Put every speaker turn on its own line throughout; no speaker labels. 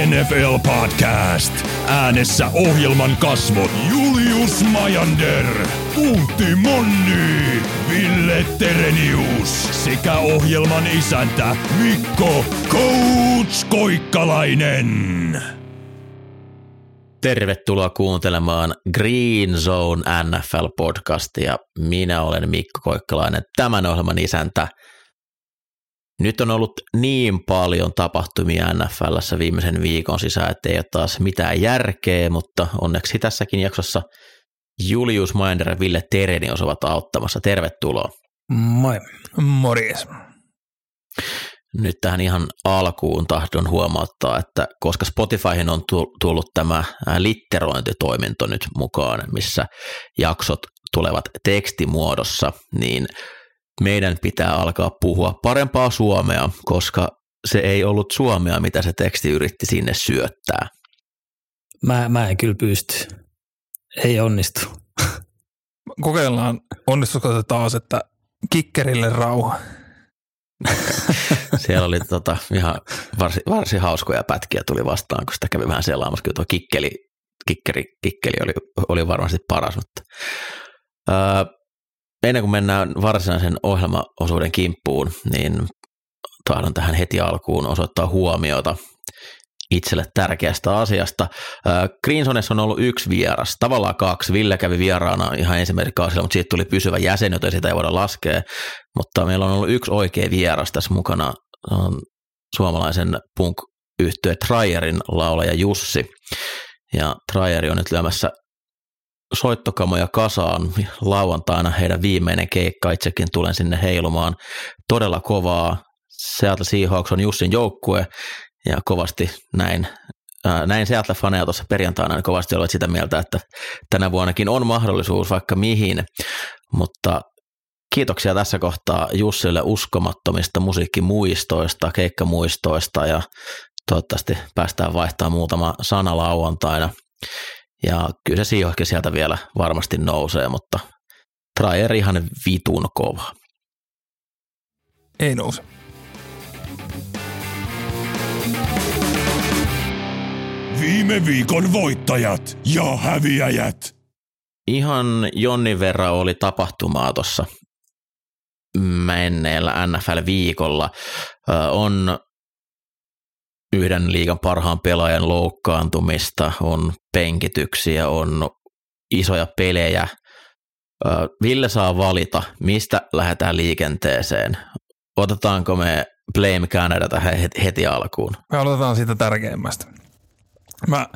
NFL Podcast. Äänessä ohjelman kasvot Julius Majander, Puhti Monni, Ville Terenius sekä ohjelman isäntä Mikko Coach Koikkalainen.
Tervetuloa kuuntelemaan Green Zone NFL-podcastia. Minä olen Mikko Koikkalainen, tämän ohjelman isäntä. Nyt on ollut niin paljon tapahtumia NFL:ssä viimeisen viikon sisään, ettei ole taas mitään järkeä, mutta onneksi tässäkin jaksossa Julius Majander ja Ville Terenius ovat auttamassa. Tervetuloa.
Moi. Morjes.
Nyt tähän ihan alkuun tahdon huomauttaa, että koska Spotifyhin on tullut tämä litterointitoiminto nyt mukaan, missä jaksot tulevat tekstimuodossa, niin meidän pitää alkaa puhua parempaa suomea, koska se ei ollut suomea, mitä se teksti yritti sinne syöttää.
Mä en kyllä pysty. Ei onnistu.
Kokeillaan, onnistuiko se taas, että kikkerille rauha.
Siellä oli ihan varsin hauskoja pätkiä tuli vastaan, kun sitä kävi vähän selaamassa. Kyllä tuo kikkeli oli varmasti paras, mutta ennen kuin mennään varsinaisen ohjelmaosuuden kimppuun, niin tahdon tähän heti alkuun osoittaa huomiota itselle tärkeästä asiasta. Green Zonessa on ollut yksi vieras, tavallaan kaksi. Ville kävi vieraana ihan ensimmäisellä kausilla, mutta siitä tuli pysyvä jäsen, joten sitä ei voida laskea. Mutta meillä on ollut yksi oikea vieras tässä mukana, on suomalaisen punk-yhtye Tryerin laulaja Jussi. Ja Tryeri on nyt lyömässä soittokamoja kasaan lauantaina heidän viimeinen keikka. Itsekin tulen sinne heilumaan todella kovaa. Seattle Seahawks on Jussin joukkue ja kovasti näin Seattle-faneja tuossa perjantaina niin kovasti olivat sitä mieltä, että tänä vuonnakin on mahdollisuus vaikka mihin, mutta kiitoksia tässä kohtaa Jussille uskomattomista musiikkimuistoista, keikkamuistoista ja toivottavasti päästään vaihtamaan muutama sana lauantaina. Ja kyllä se Seahawks sieltä vielä varmasti nousee, mutta Tryer ihan vitun kova.
Ei nouse.
Viime viikon voittajat ja häviäjät.
Ihan jonnin verran oli tapahtumaa tuossa menneellä NFL-viikolla. On yhden liigan parhaan pelaajan loukkaantumista, on penkityksiä, on isoja pelejä. Ville saa valita, mistä lähdetään liikenteeseen. Otetaanko me Blame Canada tähän heti alkuun?
Me aloitetaan siitä tärkeimmästä. Mä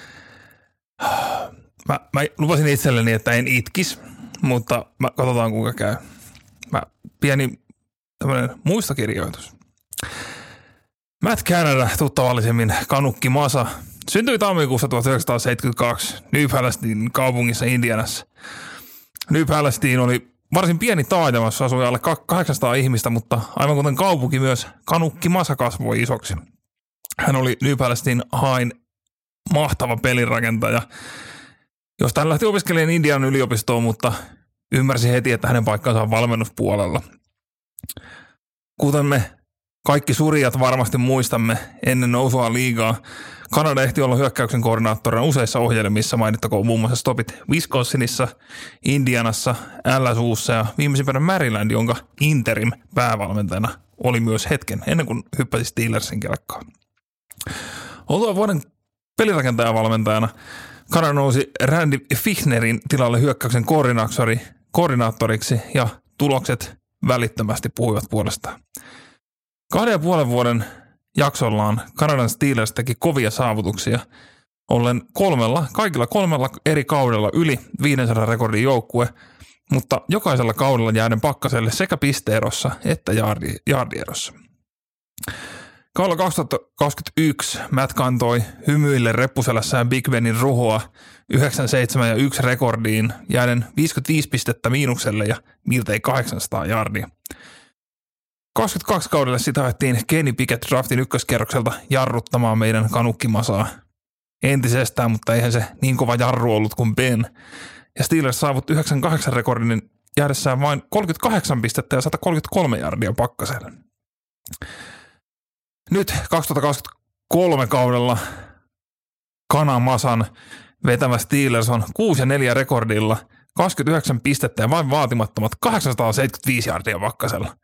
lupasin itselleni, että en itkisi, mutta katsotaan kuinka käy. Pieni tämmöinen muistokirjoitus. Matt Canada, tuttavallisemmin Kanukki Masa, syntyi tammikuussa 1972 New Palestine kaupungissa Indianassa. New Palestine oli varsin pieni taajama, jossa asui alle 800 ihmistä, mutta aivan kuten kaupunki myös Kanukki Masa kasvoi isoksi. Hän oli New Palestine Highin mahtava pelirakentaja, josta hän lähti opiskelemaan Indianan yliopistoon, mutta ymmärsi heti, että hänen paikkansa on valmennuspuolella. Kuten me kaikki surijat varmasti muistamme ennen nousua liigaa, Kanada ehti olla hyökkäyksen koordinaattorina useissa ohjelmissa, mainittakoon muun muassa stopit Wisconsinissa, Indianassa, LSU:ssa ja viimeisimpänä Maryland, jonka interim päävalmentajana oli myös hetken ennen kuin hyppäsi Steelersin kelkkaan. Oltua vuoden pelirakentajavalmentajana Kanada nousi Randy Fichtnerin tilalle hyökkäyksen koordinaattoriksi ja tulokset välittömästi puhuivat puolestaan. 2,5 vuoden jaksollaan Kanadan Steelers teki kovia saavutuksia, ollen kaikilla kolmella eri kaudella yli 500 rekordin joukkue, mutta jokaisella kaudella jääden pakkaselle sekä pisteerossa että jaardierossa. Kaudella 2021 Matt kantoi hymyille reppuselässään Big Benin ruhoa 9-7 ja 1 rekordiin jääden 55 pistettä miinukselle ja miltei 800 jardia. 22 kaudelle sitä haettiin Kenny Pickett draftin ykköskierrokselta jarruttamaan meidän Kanukkimasaa entisestään, mutta eihän se niin kova jarru ollut kuin Ben. Ja Steelers saavutti 98 rekordin jäädessään vain 38 pistettä ja 133 jardia pakkaselle. Nyt 2023 kaudella Kanamasan vetämä Steelers on 6-4 rekordilla, 29 pistettä ja vain vaatimattomat 875 jardia pakkasella.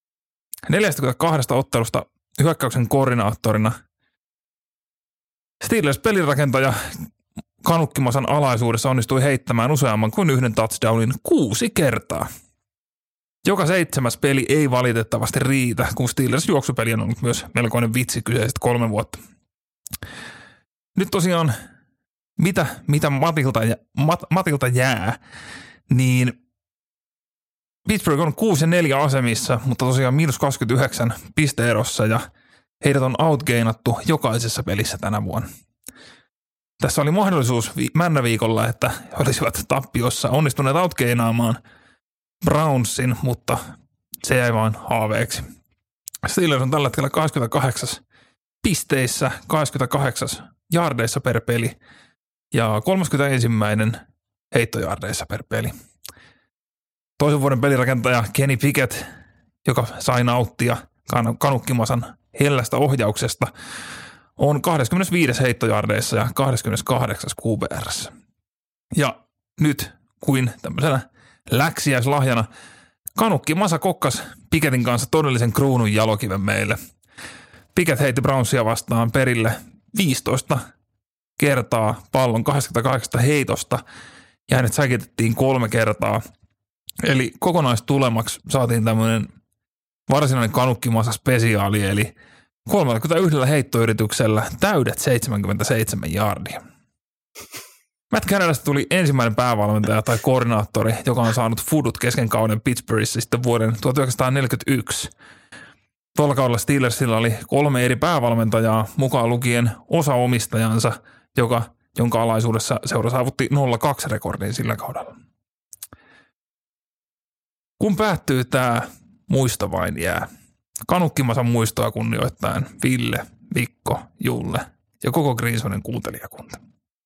42 ottelusta hyökkäyksen koordinaattorina Steelers pelirakentaja Kanukkimasan alaisuudessa onnistui heittämään useamman kuin yhden touchdownin 6 kertaa. Joka 7. peli ei valitettavasti riitä, kun Steelers juoksupeli on ollut myös melkoinen vitsi kyseiset 3 vuotta. Nyt tosiaan, mitä Matilta jää, niin Pittsburgh on 6-4 asemissa, mutta tosiaan -29 pisteerossa ja heidät on outgainattu jokaisessa pelissä tänä vuonna. Tässä oli mahdollisuus männäviikolla, että he olisivat tappiossa onnistuneet outgainaamaan Brownsin, mutta se jäi vain haaveeksi. Steelers on tällä hetkellä 28 pisteissä, 28 jaardeissa per peli ja 31 heittojaardeissa per peli. Toisen vuoden pelirakentaja Kenny Pickett, joka sai nauttia Kanukkimasan hellästä ohjauksesta, on 25 heittojaardeissa ja 28 QBR:ssä. Ja nyt kuin tämmöisenä läksiäislahjana Kanukkimasa kokkas Pickettin kanssa todellisen kruunun jalokiven meille. Pickett heitti Brownsia vastaan perille 15 kertaa pallon 88 heitosta ja hänet säkitettiin 3 kertaa. Eli kokonaistulemaksi saatiin tämmöinen varsinainen Kanukkimasa spesiaali, eli 31 heittoyrityksellä täydet 77 jaardia. Matt Canadasta tuli ensimmäinen päävalmentaja tai koordinaattori, joka on saanut fudut kesken kauden Pittsburghissa sitten vuoden 1941. Tuolla kaudella Steelersillä oli 3 eri päävalmentajaa, mukaan lukien osa omistajansa, jonka alaisuudessa seura saavutti 0-2 rekordin sillä kaudella. Kun päättyy tämä muisto vain jää. Kanukkimasan muistoa kunnioittaen Ville, Mikko, Julle ja koko Greensonen kuuntelijakunta.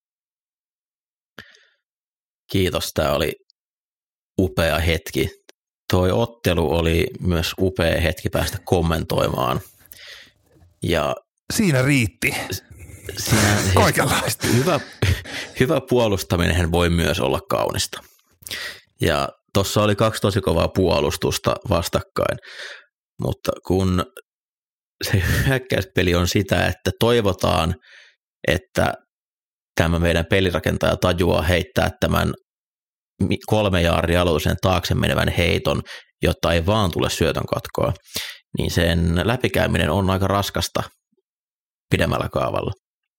Kiitos, tämä oli upea hetki. Toi ottelu oli myös upea hetki päästä kommentoimaan. Ja
siinä riitti. Kaikenlaista.
Hyvä puolustaminen voi myös olla kaunista. Ja tuossa oli 2 tosi kovaa puolustusta vastakkain, mutta kun se hyökkäyspeli on sitä, että toivotaan, että tämä meidän pelirakentaja tajuaa heittää tämän 3 jaardia aloituksen taakse menevän heiton, jotta ei vaan tule syötön katkoa, niin sen läpikäyminen on aika raskasta pidemmällä kaavalla.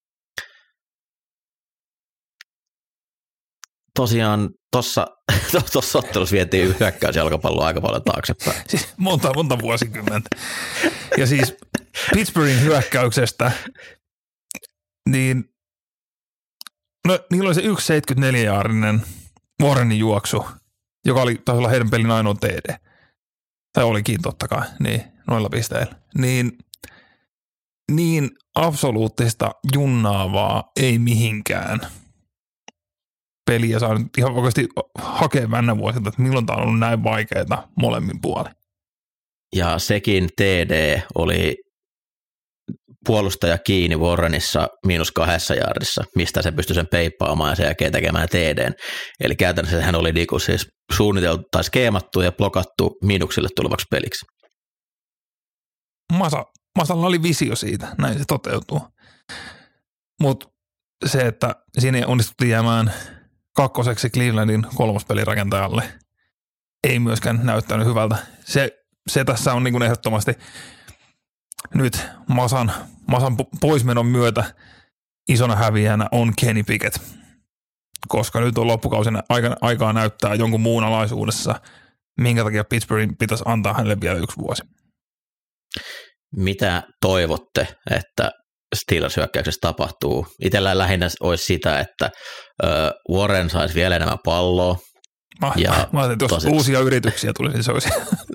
Tosiaan tuossa ottelussa vietiin hyökkäysjalkapalloa aika paljon taaksepäin.
Siis monta vuosikymmentä. Ja siis Pittsburghin hyökkäyksestä, niin no, niillä oli se 1,74-jaarinen Warrenin juoksu, joka taisi olla heidän pelin ainoa TD. Tai olikin totta kai, niin noilla pisteillä. Niin absoluuttista junnaavaa ei mihinkään peliä saa nyt ihan oikeasti hakea männävuosilta, että milloin tämä on ollut näin vaikeaa molemmin puolin.
Ja sekin TD oli puolustaja kiinni Warrenissa -2 jaardissa, mistä se pystyi sen peippaamaan ja sen jälkeen tekemään TDn. Eli käytännössä hän oli niinku siis suunniteltu tai skeemattu ja blokattu miinuksille tulevaksi peliksi.
Masalla oli visio siitä, näin se toteutuu. Mutta se, että siinä onnistuttiin jäämään 2. Clevelandin 3. pelirakentajalle, ei myöskään näyttänyt hyvältä. Se tässä on niin kuin ehdottomasti nyt Masan poismenon myötä isona häviäjänä on Kenny Pickett, koska nyt on loppukausina aikaa näyttää jonkun muun alaisuudessa, minkä takia Pittsburghin pitäisi antaa hänelle vielä 1 vuosi.
Mitä toivotte, että Steelers-hyökkäyksessä tapahtuu? Itsellään lähinnä olisi sitä, että Warren saisi vielä enemmän palloa.
Mä ajattelin, että jos uusia yrityksiä tulisi, niin se olisi.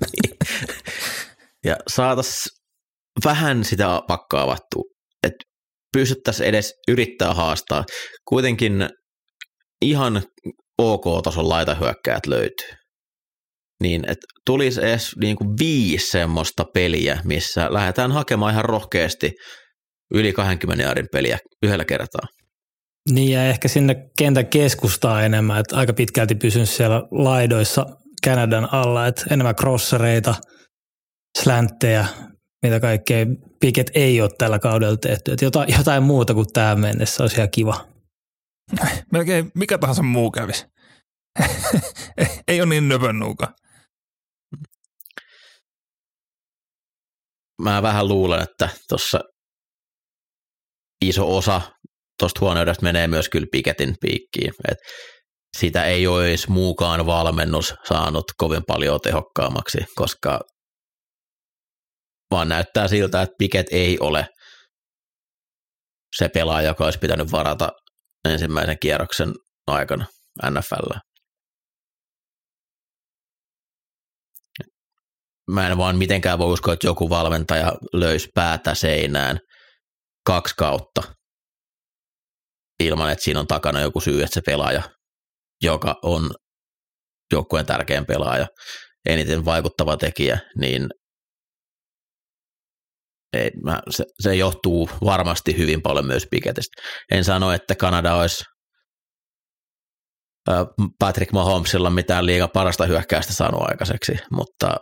Ja saataisiin vähän sitä pakkaa avattua, että pystyttäisiin edes yrittää haastaa. Kuitenkin ihan OK-tason laitahyökkäät löytyy. Niin, että tulisi edes niin kuin 5 semmoista peliä, missä lähdetään hakemaan ihan rohkeasti yli 20 jardin peliä yhdellä kertaa.
Niin ja ehkä sinne kentän keskustaa enemmän, että aika pitkälti pysyn siellä laidoissa Kanadan alla, että enemmän crossereita, slänttejä, mitä kaikkea Pickett ei ole tällä kaudella tehty. Että jotain muuta kuin tähän mennessä olisi ihan kiva.
Melkein mikä tahansa muu kävisi. Ei ole niin nöpönnuuka.
Mä vähän luulen, että tuossa iso osa tuosta huoneudesta menee myös kyllä Pickettin piikkiin. Et sitä ei olisi muukaan valmennus saanut kovin paljon tehokkaammaksi, koska vaan näyttää siltä, että Pickett ei ole se pelaaja, joka olisi pitänyt varata ensimmäisen kierroksen aikana NFL. Mä en vaan mitenkään voi uskoa, että joku valmentaja löysi päätä seinään 2 kautta ilman, että siinä on takana joku syy, että se pelaaja, joka on joukkueen tärkein pelaaja, eniten vaikuttava tekijä, niin se johtuu varmasti hyvin paljon myös Pickettistä. En sano, että Kanada olisi Patrick Mahomesilla mitään liigan parasta hyökkäystä saanut aikaiseksi, mutta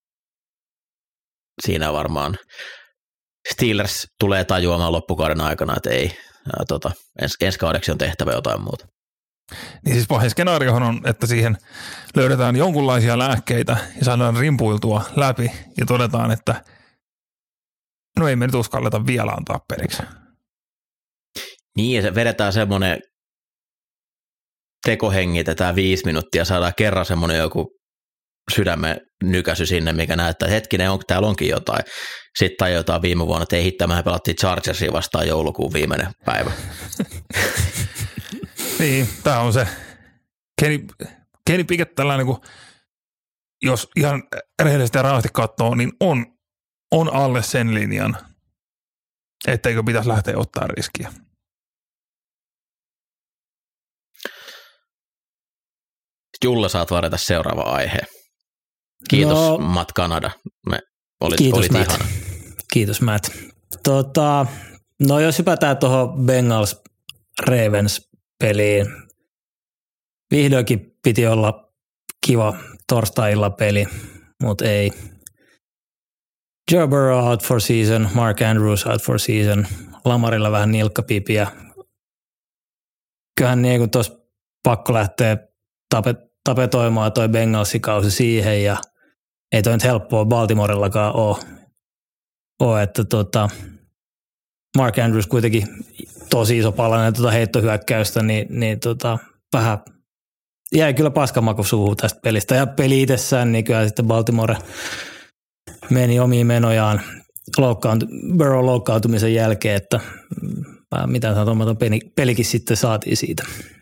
siinä varmaan Steelers tulee tajuamaan loppukauden aikana, että ei, ensi kaudeksi on tehtävä jotain muuta.
Niin siis pahin skenaariohan on, että siihen löydetään jonkunlaisia lääkkeitä ja saadaan rimpuiltua läpi ja todetaan, että no ei me nyt uskalleta vielä antaa periksi.
Niin, ja se vedetään semmoinen tekohengitetään 5 minuuttia, saadaan kerran semmoinen joku sydämen nykäsy sinne, mikä näyttää, että hetkinen, täällä onkin jotain. Sitten tajutaan viime vuonna, että ei hittaa, mehän pelattiin Chargersia vastaan joulukuun viimeinen päivä.
Niin, tämä on se Kenny Pickett tällainen, kun jos ihan rehellisesti ja rauhasti katsoo, niin on alle sen linjan, etteikö pitäisi lähteä ottaa riskiä.
Julle, saat varata seuraava aihe. Kiitos Matt Kanada. Olit
Matt.
ihana.
Kiitos Matt. No jos hypätään tuohon Bengals Ravens peliin. Vihdoinkin piti olla kiva torstai-illan peli, mutta ei. Joe Burrow out for season, Mark Andrews out for season, Lamarilla vähän nilkkapipiä. Kyllähän niin kuin tuossa pakko lähteä tapetoimaan toi Bengalsin kausi siihen ja ei toi nyt helppoa Baltimorellakaan ole että Mark Andrews kuitenkin tosi iso palanen heittohyökkäystä, niin vähän jäi kyllä paskamaku suuhun tästä pelistä ja peli itsessään, niin kyllä sitten Baltimore meni omiin menojaan Burrow loukkaantumisen jälkeen, että mitä sanotaan, pelikin sitten saatiin siitä.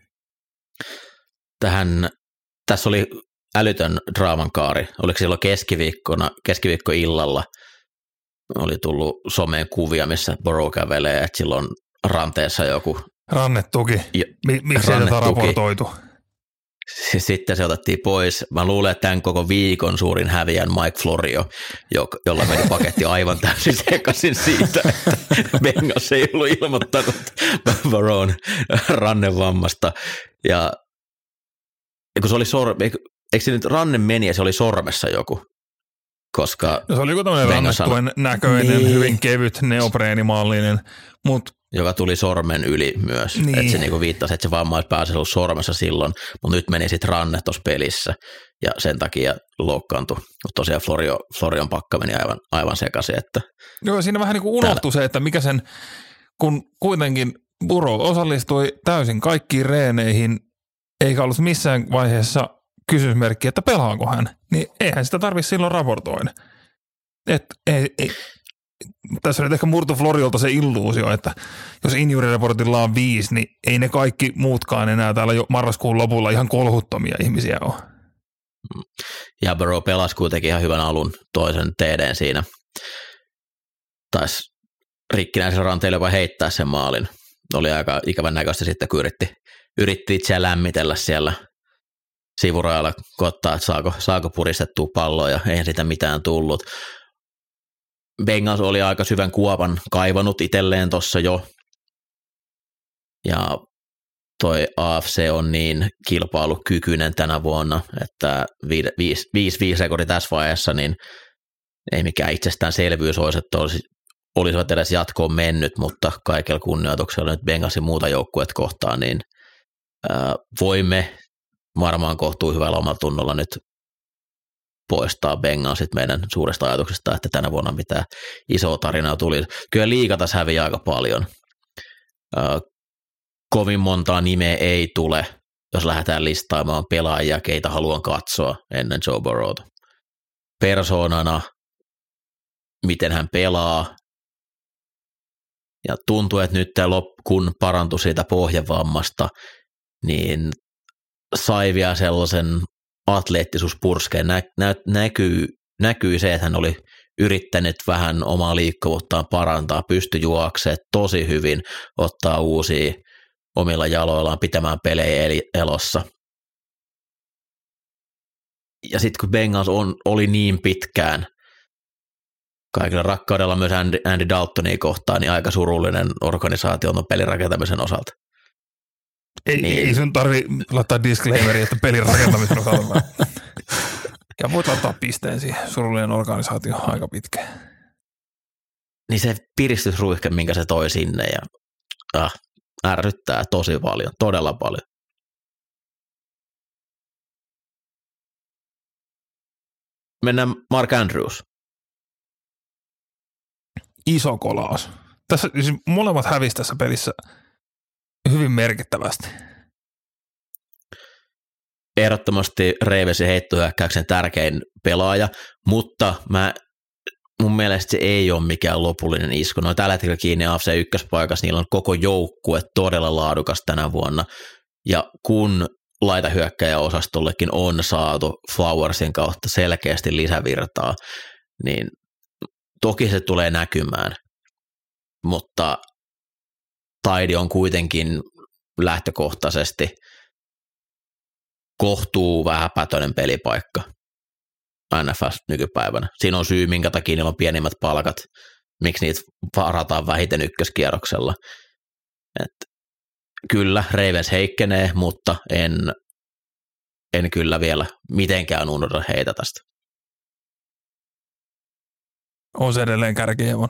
Tässä oli älytön draaman kaari. Oliko silloin keskiviikkoillalla oli tullut someen kuvia, missä Burrow kävelee, että silloin ranteessa joku
rannetuki. Miksi ei tätä raportoitu?
Sitten se otettiin pois. Mä luulen, että tämän koko viikon suurin häviän Mike Florio, jolla meni paketti aivan täysin sekaisin siitä, että Bengals ei ollut ilmoittanut Burrown rannevammasta. Ja kun se oli eikö se nyt ranne meni ja se oli sormessa joku? Koska
no se oli joku tämmöinen rannetuen näköinen, niin. Hyvin kevyt, neopreenimallinen,
joka tuli sormen yli myös. Niin. Että se niinku viittasi, että se vamma olisi pääasiassa ollut sormessa silloin, mutta nyt meni sitten ranne tuossa pelissä ja sen takia loukkaantui. Mutta tosiaan Florion pakka meni aivan sekaisin. Että
joo, siinä vähän niin kuin unohtui se, että mikä sen, kun kuitenkin Burrow osallistui täysin kaikkiin reeneihin, eikä ollut missään vaiheessa kysymysmerkki, että pelaako hän, niin eihän sitä tarvitse silloin raportoida. Tässä on nyt ehkä murtu Floriolta se illuusio, että jos injury-reportilla on 5, niin ei ne kaikki muutkaan enää täällä jo marraskuun lopulla ihan kolhuttomia ihmisiä ole.
Ja Burrow pelasi kuitenkin ihan hyvän alun toisen TD:n siinä. Taisi rikkinäisellä ranteilla jopa heittää sen maalin. Oli aika ikävän näköistä sitten, kun yritti itseään lämmitellä siellä sivurajalla koittaa, että saako puristettua palloa ja eihän sitä mitään tullut. Bengals oli aika syvän kuopan kaivanut itselleen tuossa jo ja toi AFC on niin kilpailukykyinen tänä vuonna, että 5-5 rekordi tässä vaiheessa, niin ei mikään itsestäänselvyys olisi, että olisivat edes jatkoon mennyt, mutta kaikella kunnioituksella nyt Bengalsin muuta joukkueet kohtaan, niin voimme varmaan kohtuu hyvällä omalla tunnolla nyt poistaa Bengalsit meidän suuresta ajatuksesta, että tänä vuonna mitään isoa tarinaa tuli. Kyllä liiga tässä häviää aika paljon. Kovin montaa nimeä ei tule, jos lähdetään listaamaan pelaajia, keitä haluan katsoa ennen Joe Burrowta. Persoonana, miten hän pelaa, ja tuntuu, että nyt kun parantui siitä pohjavammasta, niin sai vielä sellaisen atleettisuuspurskeen. Näkyy se, että hän oli yrittänyt vähän omaa liikkuvuuttaan parantaa, pystyi juoksemaan tosi hyvin, ottaa uusia omilla jaloillaan pitämään pelejä elossa. Ja sitten kun Bengals oli niin pitkään, kaikilla rakkaudella myös Andy Daltonia kohtaan, niin aika surullinen organisaatio on pelin rakentamisen osalta.
Ei sun tarvitse laittaa disclaimeria, että pelin rakentamisen osalta. Ja voit laittaa pisteen siihen, surullinen organisaatio aika pitkään.
Niin se piristysruihke, minkä se toi sinne, ja ärsyttää tosi paljon, todella paljon. Mennään Mark Andrews.
Iso kolaus. Tässä siis molemmat hävisi tässä pelissä hyvin merkittävästi.
Ehdottomasti Ravensin heittohyökkäyksen tärkein pelaaja, mutta mun mielestä se ei ole mikään lopullinen isku. No tällä hetkellä kiinni AFC ykköspaikassa, niillä on koko joukkue todella laadukas tänä vuonna, ja kun laitahyökkäjäosastollekin on saatu Flowersin kautta selkeästi lisävirtaa, niin toki se tulee näkymään, mutta Taidi on kuitenkin lähtökohtaisesti kohtuu vähäpätöinen pelipaikka NFL nykypäivänä. Siinä on syy, minkä takia niillä on pienimmät palkat, miksi niitä varataan vähiten ykköskierroksella. Et kyllä, Ravens heikkenee, mutta en kyllä vielä mitenkään unohda heitä tästä.
On se edelleen kärkihevon.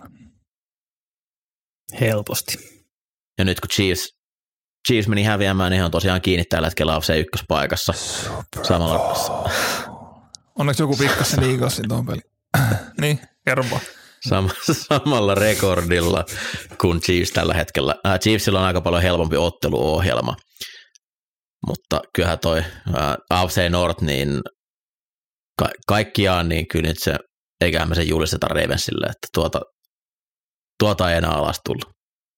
Helposti.
Ja nyt kun Chiefs meni häviämään, niin he on tosiaan kiinni tällä hetkellä AFC ykköspaikassa. Samalla.
Onneksi joku pikkas sen Eaglesin tuon pelin. Niin, kerro vaan.
Samalla rekordilla kuin Chiefs tällä hetkellä. Chiefsillä on aika paljon helpompi otteluohjelma, mutta kyllähän toi AFC North, niin kaikkiaan, niin kyllä nyt se, eiköhän me sen julisteta Ravensille, että tuota ei enää alas tullut.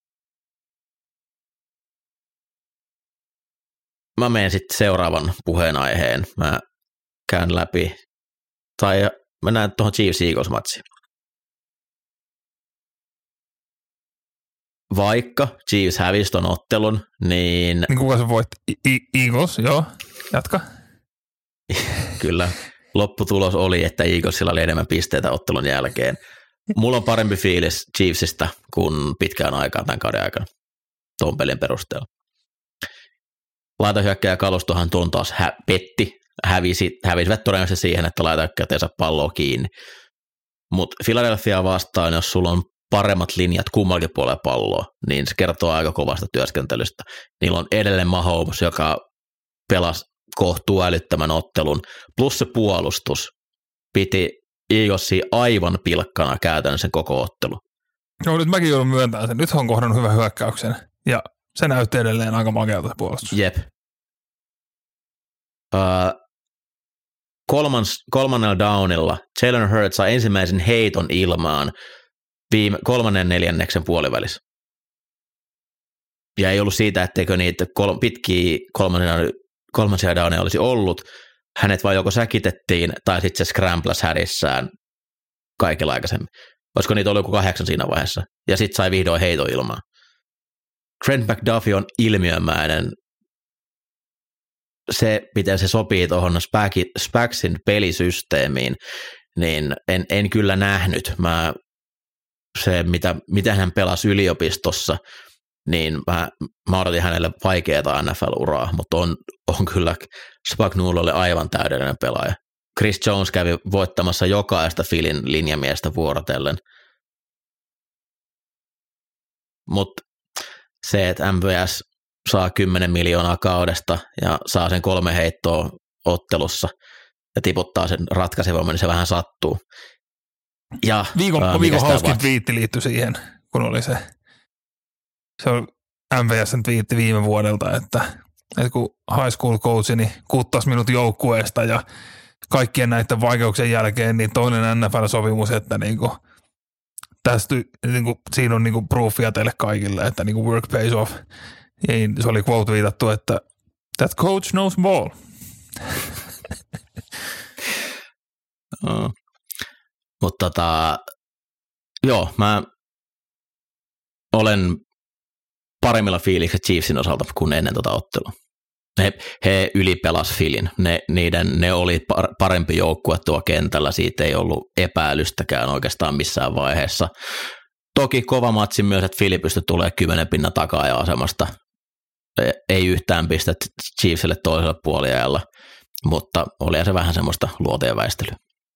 Mä menen sitten seuraavan puheenaiheen. Mä käyn läpi, tai mennään tuohon Chiefs-Eagles-matsiin. Vaikka Chiefs hävisi ton ottelun, niin...
Niin kuka se voitti? Eagles, joo. Jatka.
Kyllä. Lopputulos oli, että Eaglesilla oli enemmän pisteitä ottelun jälkeen. Mulla on parempi fiilis Chiefsistä kuin pitkään aikaan tämän kauden aikana, tuon pelin perusteella. Laitahyökkäjä kalustohan tuon taas petti, hävisivät todennäköisesti siihen, että laitahyökkäjät ei saa palloa kiinni. Mutta Philadelphia vastaan, jos sulla on paremmat linjat kummallakin puolella palloa, niin se kertoo aika kovasta työskentelystä. Niillä on edelleen Mahomes, joka pelasi kohtuu älyttömän ottelun, plus se puolustus piti Eaglesia aivan pilkkana käytännössä koko ottelu.
No nyt mäkin joudun myöntämään sen. Nyt on kohdannut hyvän hyökkäyksen ja se näytti edelleen aika makealta se puolustus.
Jep. Kolmannella downilla Jalen Hurts sai ensimmäisen heiton ilmaan kolmannen neljänneksen puolivälissä. Ja ei ollut siitä, etteikö niitä pitkiä kolmansia downeja olisi ollut. Hänet vaan joko säkitettiin tai sitten se scramblasi hädissään kaikilla aikaisemmin. Olisiko niitä ollut joku 8 siinä vaiheessa? Ja sitten sai vihdoin heiton ilmaan. Trent McDuffie on ilmiömäinen. Se, miten se sopii tuohon Spagsin pelisysteemiin, niin en kyllä nähnyt. Se, mitä hän pelasi yliopistossa, niin mä odotin hänelle vaikeaa NFL-uraa, mutta on kyllä Spagnuololle aivan täydellinen pelaaja. Chris Jones kävi voittamassa jokaista Philin linjamiestä vuorotellen. Mutta se, että MVS saa 10 miljoonaa kaudesta ja saa sen 3 heittoa ottelussa ja tiputtaa sen ratkaisevan, niin se vähän sattuu. Ja
viikon hauskin twiitti liittyi siihen, kun oli se on MVS:n twiitti viime vuodelta, että kun high school coachini kuttasi minut joukkueesta ja kaikkien näiden vaikeuksien jälkeen, niin toinen NFL-sopimus, että niinku, tästä, niinku, siinä on niinku proofia teille kaikille, että niinku work pays off. Ja se oli quote viitattu, että that coach knows ball.
Mutta joo, mä olen paremmilla fiiliksillä Chiefsin osalta kuin ennen ottelua. He ylipelas Philin. Ne oli parempi joukkue tuo kentällä, siitä ei ollut epäilystäkään oikeastaan missään vaiheessa. Toki kova matsi myös, että Philly pystyi tulemaan 10 pinnan takaaja-asemasta. Ei yhtään pistettä Chiefsille toisella puoliajalla, mutta oli se vähän semmoista luoteen väistelyä.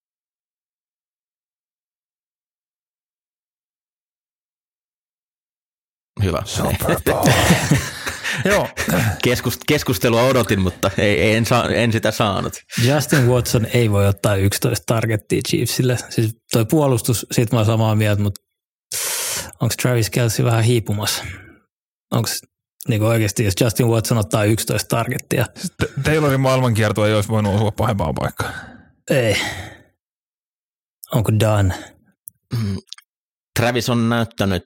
Hyvä.
Joo.
Keskustelua odotin, mutta en sitä saanut.
Justin Watson ei voi ottaa 11 targettia Chiefsille. Siis toi puolustus, siitä mä oon samaa mieltä, mutta onko Travis Kelce vähän hiipumassa? Onko niin oikeasti, jos Justin Watson ottaa 11 targettia?
Taylorin maailmankierto ei olisi voinut osua pahempaan paikkaan.
Ei. Onko done?
Travis on näyttänyt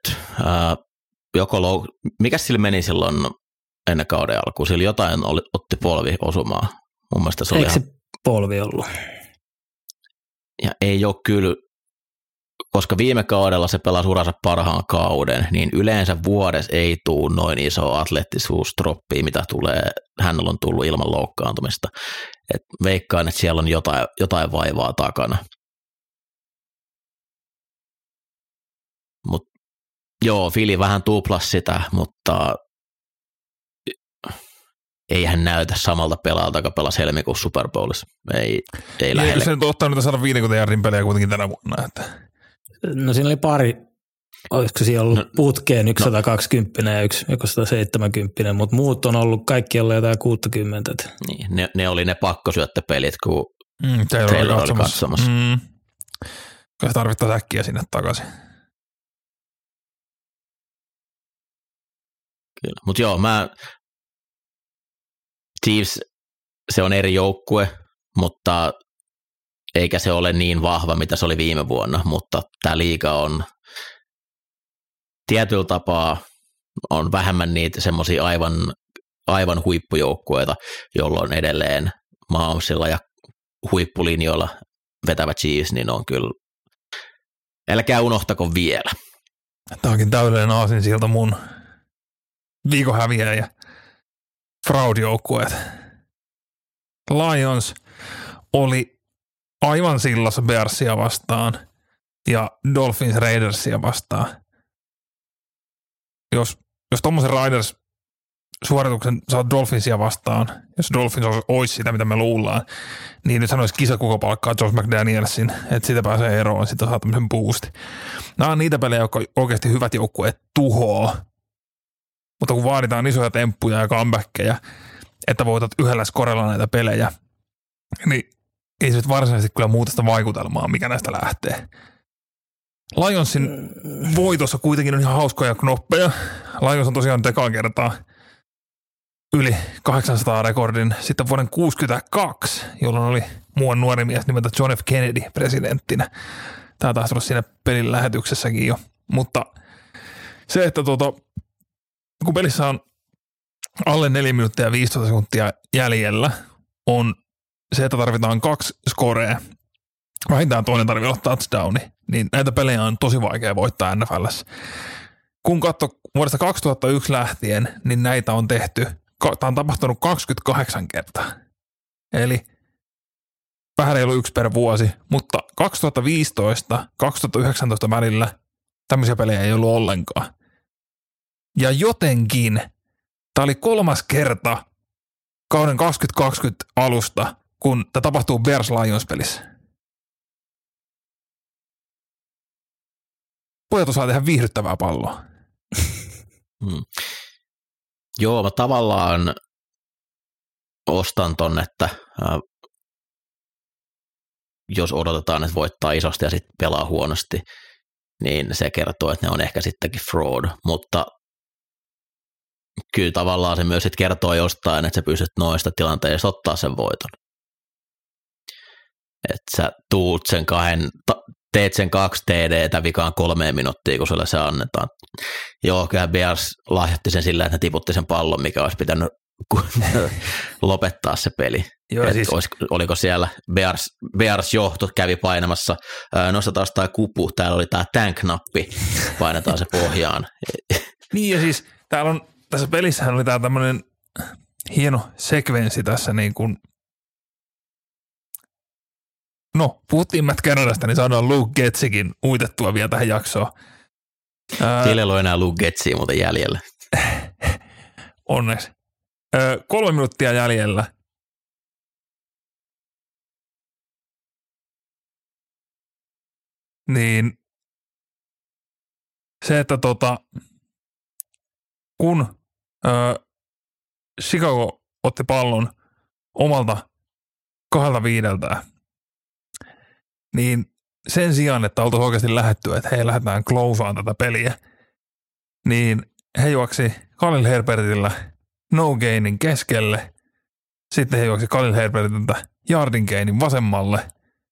mikä sillä meni silloin ennen kauden alkuun? Sillä jotain otti polvi osumaan. Mun mielestä se oli
eikö se polvi ollut?
Ja ei ole kyllä, koska viime kaudella se pelasi uransa parhaan kauden, niin yleensä vuodessa ei tule noin iso atleettisuustroppia, mitä tulee, hänellä on tullut ilman loukkaantumista. Et veikkaan, että siellä on jotain vaivaa takana. Mutta joo, Philly vähän tuplasi sitä, mutta ei hän näytä samalta pelaalta, joka pelasi helmikuussa Super Bowlissa. Ei lähelle.
Se nyt on ottanut 150 jardin pelejä kuitenkin tänä vuonna. Että.
No siinä oli pari, olisiko siinä ollut putkeen 120 ja yksi 170, mutta muut on ollut kaikki olleet jotain 60.
Niin, ne oli ne pakkosyöttöpelit, kun Taylor oli katsomassa.
Kai tarvittaa äkkiä sinne takaisin.
Kyllä, mutta joo, Chiefs, se on eri joukkue, mutta eikä se ole niin vahva, mitä se oli viime vuonna, mutta tämä liiga on tietyllä tapaa on vähemmän niitä semmoisia aivan huippujoukkueita, jolloin edelleen Mahomesilla ja huippulinjoilla vetävä Chiefs, niin on kyllä, älkää unohtako vielä.
Tämä onkin täydellinen aasinsilta mun viikon häviäjä ja fraud-joukkueet. Lions oli aivan sillassa Bearsia vastaan ja Dolphins Raidersia vastaan. Jos tommosen Raiders-suorituksen saat Dolphinsia vastaan, jos Dolphins olisi sitä, mitä me luullaan, niin nyt sanoisi kisa, kuka palkkaa Josh McDanielsin, että siitä pääsee eroon, siitä saa tämmöisen boosti. Nämä on niitä pelejä, jotka oikeasti hyvät joukkueet tuhoaa. Mutta kun vaaditaan isoja temppuja ja comebackkejä, että voitat yhdellä skorella näitä pelejä, niin ei se nyt varsinaisesti kyllä muuta sitä vaikutelmaa, mikä näistä lähtee. Lionsin voitossa kuitenkin on ihan hauskoja knoppeja. Lions on tosiaan tekaan kertaa yli 800 rekordin sitten vuoden 1962, jolloin oli muuan nuori mies nimeltä John F. Kennedy presidenttinä. Tämä taisi olla siinä pelin lähetyksessäkin jo. Mutta se, että kun pelissä on alle 4 minuuttia ja 15 sekuntia jäljellä, on se, että tarvitaan 2 scorea. Vähintään toinen tarvitsee olla touchdowni, niin näitä pelejä on tosi vaikea voittaa NFL:ssä. Kun katsoo vuodesta 2001 lähtien, niin näitä on tehty, tämä on tapahtunut 28 kertaa. Eli vähän ei ollut 1 per vuosi, mutta 2015-2019 välillä tämmöisiä pelejä ei ollut ollenkaan. Ja jotenkin tämä oli 3. kerta kauden 2020 alusta, kun tämä tapahtuu Bears Lions-pelissä. Pojat osaa tehdä viihdyttävää palloa.
Joo, mä tavallaan ostan ton, että jos odotetaan, että voittaa isosti ja sitten pelaa huonosti, niin se kertoo, että ne on ehkä sittenkin fraud, mutta kyllä tavallaan se myös sit kertoo jostain, että sä pystyt noista tilanteista ottaa sen voiton. Että sä teet sen 2 TD:tä vikaan 3 minuuttia, kun sulle se annetaan. Joo, kyllä Bears lahjoitti sen sillä, että ne tiputti sen pallon, mikä olisi pitänyt lopettaa se peli.
Joo, siis
oliko siellä Bears johto kävi painamassa, nostetaan tämä kupu, täällä oli tämä tank-nappi, painetaan se pohjaan.
Niin ja siis tässä pelissähän oli tämä tämmöinen hieno sekvenssi tässä niin kuin, no puhuttiin Matt Canadasta, niin saadaan Luke Getzikin uitettua vielä tähän jaksoon.
Siellä ei ole enää Luke Getziä muuten jäljellä.
Onneksi. 3 minuuttia jäljellä. Niin se, että kun Chicago otti pallon omalta 2-5, niin sen sijaan, että oltaisiin oikeasti lähdetty, että hei, lähdetään closaan tätä peliä, niin he juoksi Khalil Herbertillä no gainin keskelle, sitten he juoksi Khalil Herbertiltä yardin gainin vasemmalle,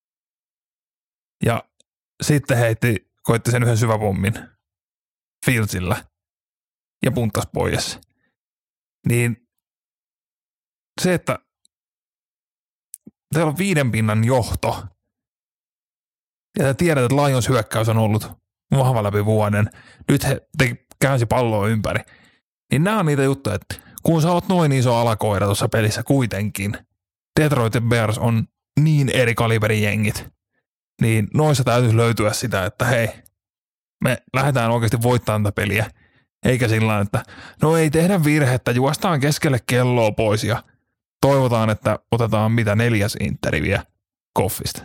ja sitten koitti sen yhden syväpommin Fieldsillä ja punttasi pois. Niin se, että teillä on 5 pinnan johto ja te tiedät, että Lions hyökkäys on ollut vahva läpi vuoden, nyt he käänsi palloa ympäri, niin nämä on niitä juttuja, että kun sä oot noin iso alakoira tuossa pelissä kuitenkin, Detroit ja Bears on niin eri kaliberin jengit, niin noissa täytyisi löytyä sitä, että hei, me lähdetään oikeasti voittamaan tätä peliä, eikä sillä että no ei tehdä virhettä, juostaan keskelle kelloa pois ja toivotaan, että otetaan 4. interi vielä Goffista.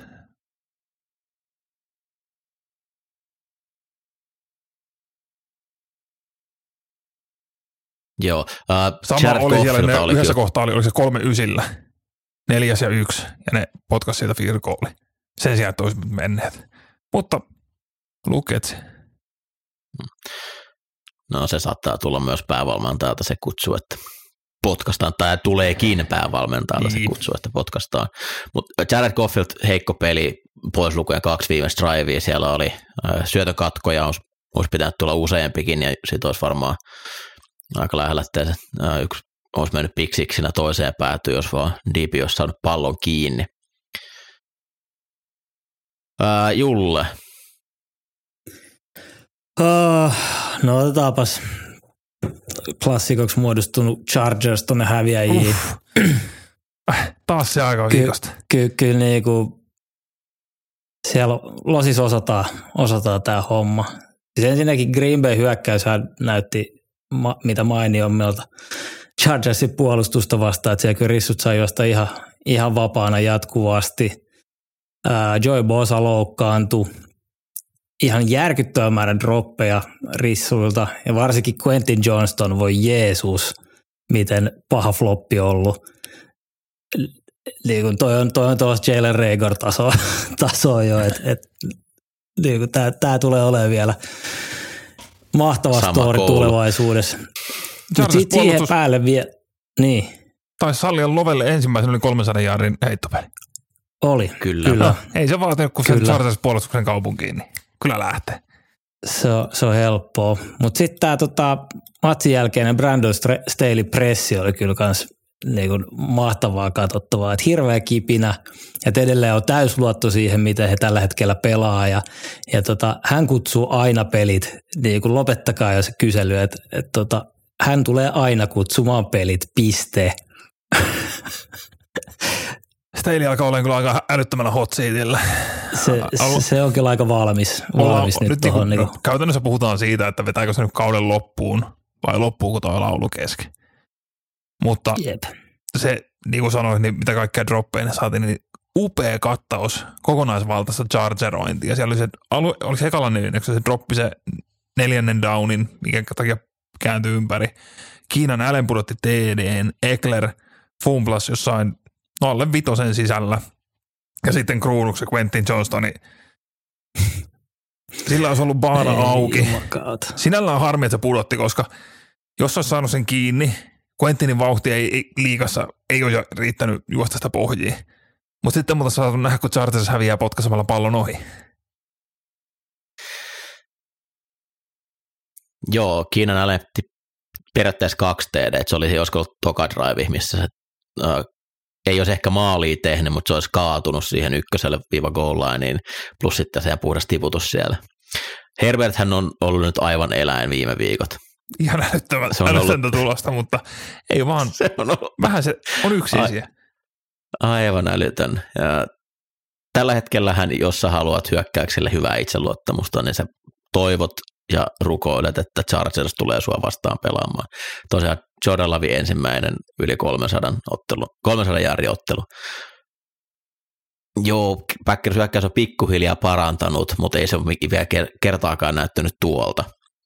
Joo.
Sama oli siellä, yhdessä kohtaa oliko se 3-9, 4 ja 1, ja ne potkas sieltä field goali. Sen sijaan, että olisivat menneet. Mutta Luketsi.
No se saattaa tulla myös päävalmentajalta se kutsu, että potkastaan, tai tuleekin päävalmentajalta se kutsu, että potkastaan. Mutta Jared Goffin heikko peli, pois lukujen 2 viimeistä drivea, siellä oli syötökatkoja, olisi pitänyt tulla useampikin, ja sitten olisi varmaan aika lähellä, että se yksi olisi mennyt piksiksinä toiseen päätyyn, jos vaan DB olisi saanut pallon kiinni. Julle.
No otetaanpas klassikoksi muodostunut Chargers tuonne häviäjiin.
Taas se aika viikosta.
Kyllä niinku siellä Losis osataan tämä homma. Siis ensinnäkin Green Bay hyökkäyshän näytti mitä mainiommilta Chargersin puolustusta vastaan, että siellä kyllä rissut sai juosta ihan vapaana jatkuvasti. Joey Bosa loukkaantui. Ihan järkyttävän määrän droppeja rissuilta ja varsinkin Quentin Johnston, voi Jeesus, miten paha floppi ollut. Niin toi on tuossa Jalen Reagor taso jo, että niin tämä tulee olemaan vielä mahtava story tulevaisuudessa. Mutta sitten siihen päälle vielä, niin.
Taisi sallia Lovelle ensimmäisen yli 300 jardin heittopeli.
Oli, kyllä.
No, ei se vaatinut kuin sen Chargers-puolustuksen kaupunkiin, niin kyllä lähtee.
Se on helppoa. Mutta sitten tämä matsin jälkeinen Brandon Staley pressi oli kyllä kans niinku mahtavaa katsottavaa. Et hirveä kipinä, että edelleen on täysluotto siihen, miten he tällä hetkellä pelaa. Ja hän kutsuu aina pelit, niinku lopettakaa jo se kysely, että hän tulee aina kutsumaan pelit, piste.
Staley alkaa olla kyllä aika älyttömällä hot seatillä.
Se on kyllä aika valmis nyt tuohon.
Käytännössä puhutaan siitä, että vetääkö se nyt kauden loppuun vai loppuuko toi laulu kesken. Mutta se, niin kuin sanoin, niin mitä kaikkea droppeina saatiin, niin upea kattaus kokonaisvaltaista chargerointia. Siellä oli se, oliko se ekalla neljänneksi, se droppi se 4. downin, mikä takia kääntyi ympäri. Keenan Allen pudotti TD:n, Eckler fumblas jossain alle 5 sisällä. Ja sitten kruunuksi Quentin Johnstoni. Sillä olisi ollut baana auki. Sinällään on harmi, että se pudotti, koska jos olisi saanut sen kiinni, Quentinin vauhti ei liigassa, ei ole riittänyt juosta sitä pohjiin. Mutta sitten muuta saatu nähdä, kun Chargers häviää potkaisemalla pallon ohi.
Joo, Keenan Allen periaatteessa 2 TD, että se olisi joskus toka drive, missä se ei olisi ehkä maalia tehnyt, mutta se olisi kaatunut siihen 1-goal lineen, plus sitten se puhdas tiputus siellä. Herberthän on ollut nyt aivan eläin viime viikot.
Ihan älytöntä tulosta, mutta ei vaan, vähän se on yksi asia.
Aivan älytön. Ja tällä hetkellähän, jos sä haluat hyökkäykselle hyvää itseluottamusta, niin sä toivot ja rukoilet, että Chargers tulee sua vastaan pelaamaan. Tosiaan Jordan Love ensimmäinen yli 300 jaardin ottelu. Joo, Packers hyökkäys on pikkuhiljaa parantanut, mutta ei se ole vielä kertaakaan näyttänyt tuolta.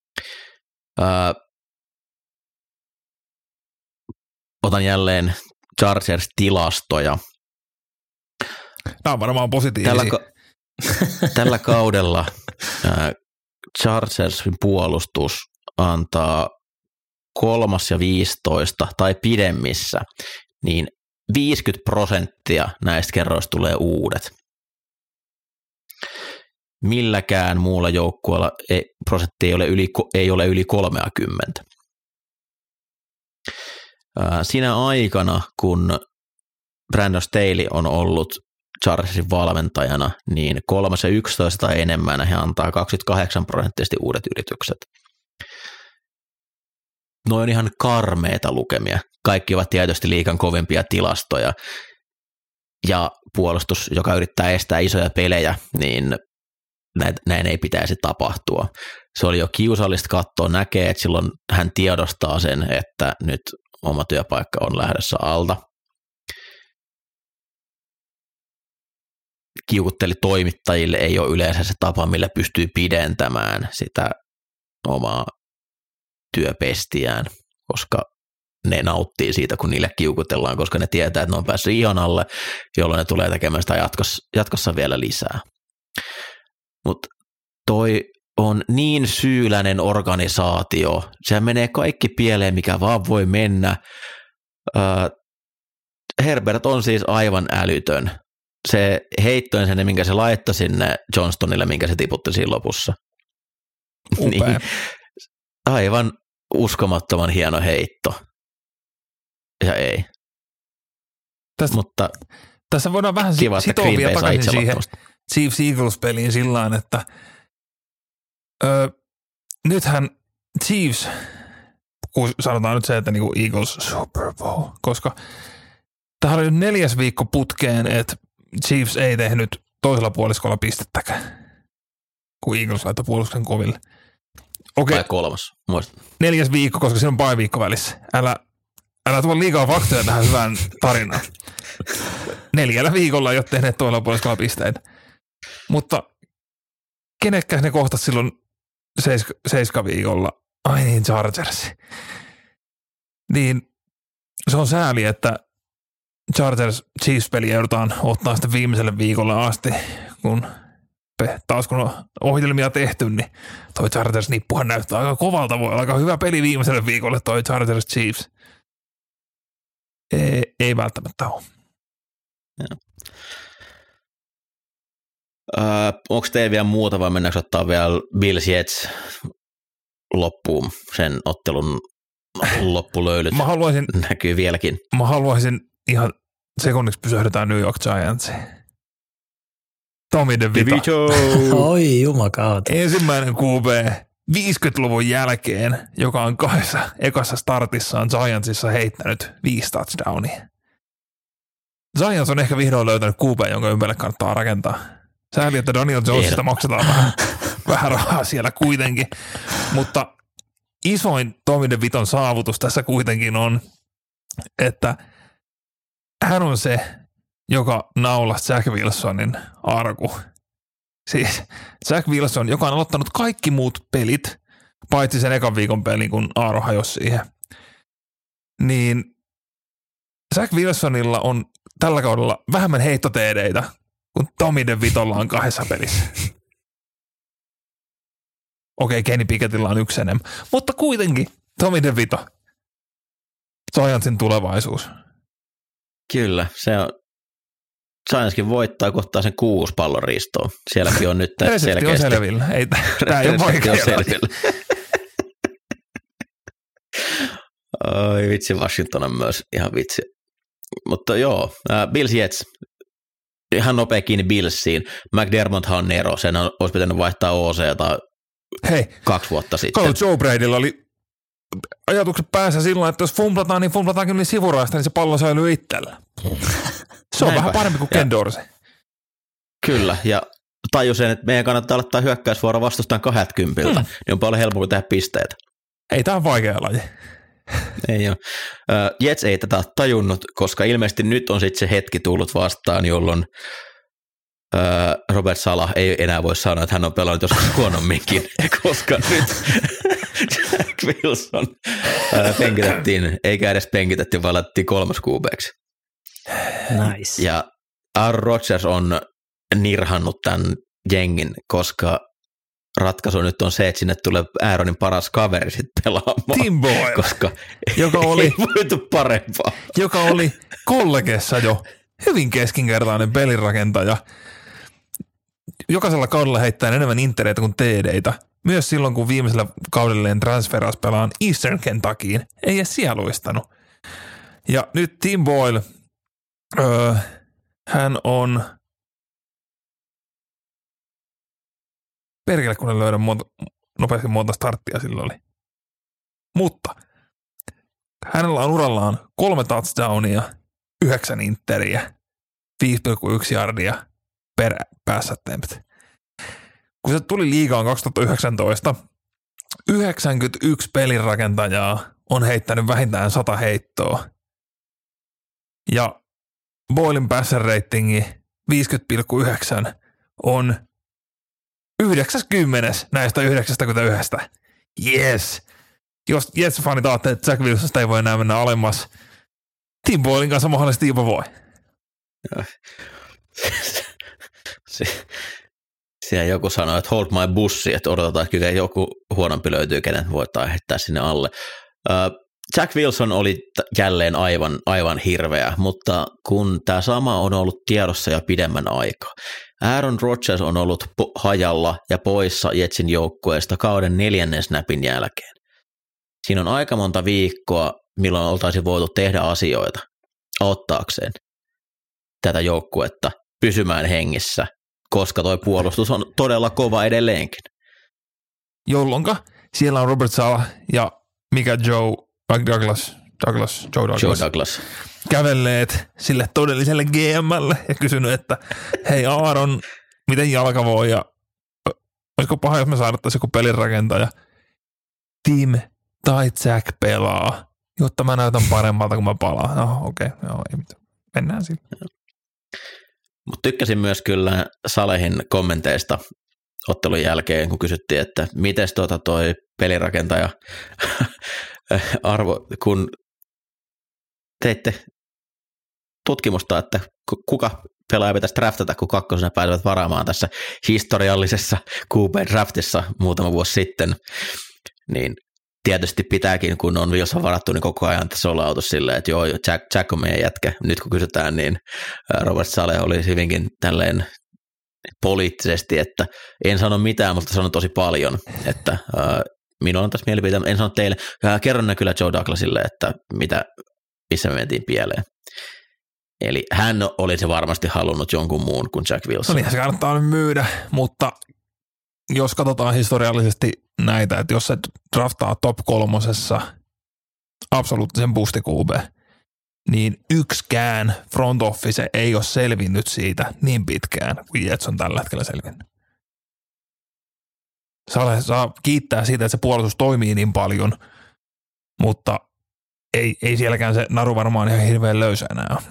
Otan jälleen Chargers-tilastoja.
Nämä on varmaan positiivisia.
Tällä kaudella Chargersin puolustus antaa 3. ja 15 tai pidemmissä, niin 50% näistä kerroista tulee uudet. Milläkään muulla joukkueella prosentti ei ole yli 30. Siinä aikana, kun Brandon Staley on ollut Chargersin valmentajana, niin 3. ja 11 tai enemmän he antaa 28% uudet yritykset. Noin ihan karmeita lukemia. Kaikki ovat tietysti liigan kovimpia tilastoja. Ja puolustus, joka yrittää estää isoja pelejä, niin näin ei pitäisi tapahtua. Se oli jo kiusallista katsoa, näkee, että silloin hän tiedostaa sen, että nyt oma työpaikka on lähdössä alta. Kiukutteli toimittajille, ei ole yleensä se tapa, millä pystyy pidentämään sitä omaa työpestiään, koska ne nauttii siitä, kun niille kiukutellaan, koska ne tietää, että ne on päässyt ion alle, jolloin ne tulee tekemään sitä jatkossa vielä lisää. Mutta toi on niin syyläinen organisaatio, se menee kaikki pieleen, mikä vaan voi mennä. Herbert on siis aivan älytön. Se heittoin sen, minkä se laittoi sinne Johnstonille, minkä se tiputti siinä lopussa. Niin, aivan uskomattoman hieno heitto. Ja ei.
Tässä voidaan vähän sitoa vielä takaisin siihen Chiefs-Eagles-peliin sillain, että nythän Chiefs, kun sanotaan nyt se, että niinku Eagles Super Bowl, koska tähän oli 4. viikko putkeen, että Chiefs ei tehnyt toisella puoliskolla pistettäkään, kun Eagles laittoi puolustuksen koville. Okei.
Tai 3. muista.
4. viikko, koska siinä on bye viikko välissä. Älä tuo liikaa faktoja tähän hyvään tarinaan. 4 viikolla ei ole tehneet toisella puoliskolla pisteitä. Mutta kenekkäs ne kohtas silloin 7 viikolla? Ai niin, Chargers. Niin se on sääli, että Chargers-Chiefs-peli joudutaan ottaa sitten viimeiselle viikolle asti, kun on ohjelmia tehty, niin toi Chargers-nippuhan näyttää aika kovalta. Voi olla aika hyvä peli viimeiselle viikolle toi Chargers-Chiefs. Ei välttämättä ole.
Onko teillä vielä muuta vai mennäänkö ottaa vielä Bills Jets loppuun sen ottelun loppulöylyt? Näkyy vieläkin.
Mä haluaisin ihan sekunniksi pysähdytään New York Giantsiin. Tommy DeVito.
Oi jumakautta.
Ensimmäinen QB 50-luvun jälkeen, joka on ekassa startissaan Giantsissa heittänyt 5 touchdownia. Giants on ehkä vihdoin löytänyt QB, jonka ympärille kannattaa rakentaa. Sääli, että Daniel Jonesista maksetaan vähän rahaa siellä kuitenkin. Mutta isoin Tommy DeViton saavutus tässä kuitenkin on, että hän on se, joka naulasi Jack Wilsonin arku. Siis Jack Wilson, joka on aloittanut kaikki muut pelit, paitsi sen ekan viikon pelin, kun Aaro hajosi siihen. Niin Jack Wilsonilla on tällä kaudella vähemmän heittoteedeitä kuin Tommy DeVitolla on 2 pelissä. Okei, Kenny Pickettillä on 1 enemmän. Mutta kuitenkin Tommy DeVito. Giantsin tulevaisuus.
Kyllä, se on. Giantskin voittaa, kun ottaa sen 6 pallon ristoon. Sielläkin on nyt selkeästi.
Resepti on selvillä. Tämä ei ole vaikea.
Oi vitsi, Washington on myös ihan vitsi. Mutta joo, Bills Jets. Ihan nopea kiinni Billsiin. McDermotthan on Nero. Sen olisi pitänyt vaihtaa OC:ta 2 vuotta sitten.
Joe Bradylla oli ajatukset päässä silloin, että jos fumblataan, niin fumblataankin niin sivuraista, niin se pallo säilyy itsellä. Se on näinpä. Vähän parempi kuin Ken Dorsey.
Kyllä, ja tajusin, että meidän kannattaa aloittaa hyökkäysvuoro vastustaan 20, niin on paljon helpompi tehdä pisteitä.
Ei, tämä on vaikea laji.
Ei ole. Jets ei tätä tajunnut, koska ilmeisesti nyt on sitten se hetki tullut vastaan, jolloin Robert Saleh ei enää voi sanoa, että hän on pelannut joskus huonomminkin, koska nyt Jack Wilson penkitettiin, eikä edes penkitetty, vaan laitettiin 3 QB:ksi.
Nice.
Ja Aaron Rodgers on nirhannut tämän jengin, koska ratkaisu nyt on se, että sinne tulee Aaronin paras kaveri sitten pelaamaan.
Tim Boyle,
koska
joka oli,
ei voitu parempaa.
Joka oli kollegessa jo hyvin keskinkertainen pelirakentaja. Jokaisella kaudella heittää enemmän intereitä kuin TD:itä. Myös silloin, kun viimeisellä kaudelleen transferas pelaan Eastern Kentuckyin, ei edes siellä luistanut. Ja nyt Tim Boyle, hän on, perkele kun en löydä nopeasti monta starttia silloin oli. Mutta hänellä on urallaan 3 touchdownia, 9 interiä, 5,1 yardia per pass attempt. Kun se tuli liigaan 2019, 91 pelirakentajaa on heittänyt vähintään 100 heittoa. Ja Boylen passer ratingi 50,9 on 90 näistä 91. Yes! Jos Jets-fanit ajattelee, että Jack Wilsonista ei voi enää mennä alemmas, Tim Boylen kanssa mahdollisesti jopa voi.
Siellä joku sanoi, että hold my bussi, että odotetaan, että kyllä joku huonompi löytyy, kenen voidaan heittää sinne alle. Jack Wilson oli jälleen aivan hirveä, mutta kun tämä sama on ollut tiedossa jo pidemmän aikaa. Aaron Rodgers on ollut hajalla ja poissa Jetsin joukkueesta kauden 4. snapin jälkeen. Siinä on aika monta viikkoa, milloin oltaisiin voitu tehdä asioita auttaakseen tätä joukkuetta pysymään hengissä, koska toi puolustus on todella kova edelleenkin.
Jolloinka siellä on Robert Saleh ja Joe Douglas kävelleet sille todelliselle GM:lle ja kysynyt, että hei Aaron, miten jalka voi ja olisiko paha, jos me saadattaisiin joku pelirakentaja. Tim tai Jack pelaa, jotta mä näytän paremmalta, kun mä palaan. No okei, joo, ei mitään. Mennään sille.
Mutta tykkäsin myös kyllä Salehin kommenteista ottelun jälkeen, kun kysyttiin, että miten toi pelirakentaja arvo, kun teitte tutkimusta, että kuka pelaaja pitäisi draftata, kun 2. pääsevät varaamaan tässä historiallisessa QB-draftissa muutama vuosi sitten, niin tietysti pitääkin, kun on jossain varattu, niin koko ajan tässä ollaan oltu silleen, että joo, Jack on meidän jätkä. Nyt kun kysytään, niin Robert Saleh oli hyvinkin tälleen poliittisesti, että en sano mitään, mutta sanon tosi paljon, että minulla on tässä mielipiteitä, en sano teille, kerron kyllä Joe Douglasille, että missä me mentiin pieleen. Eli hän olisi varmasti halunnut jonkun muun kuin Jack Wilson.
No niin, se kannattaa myydä, mutta jos katsotaan historiallisesti näitä, että jos se draftaa top 3 absoluuttisen boosti QB, niin yksikään front office ei ole selvinnyt siitä niin pitkään, kuin Jets on tällä hetkellä selvinnyt. saa kiittää siitä, että se puolustus toimii niin paljon, mutta ei sielläkään se naru varmaan ihan hirveän löysä enää ole.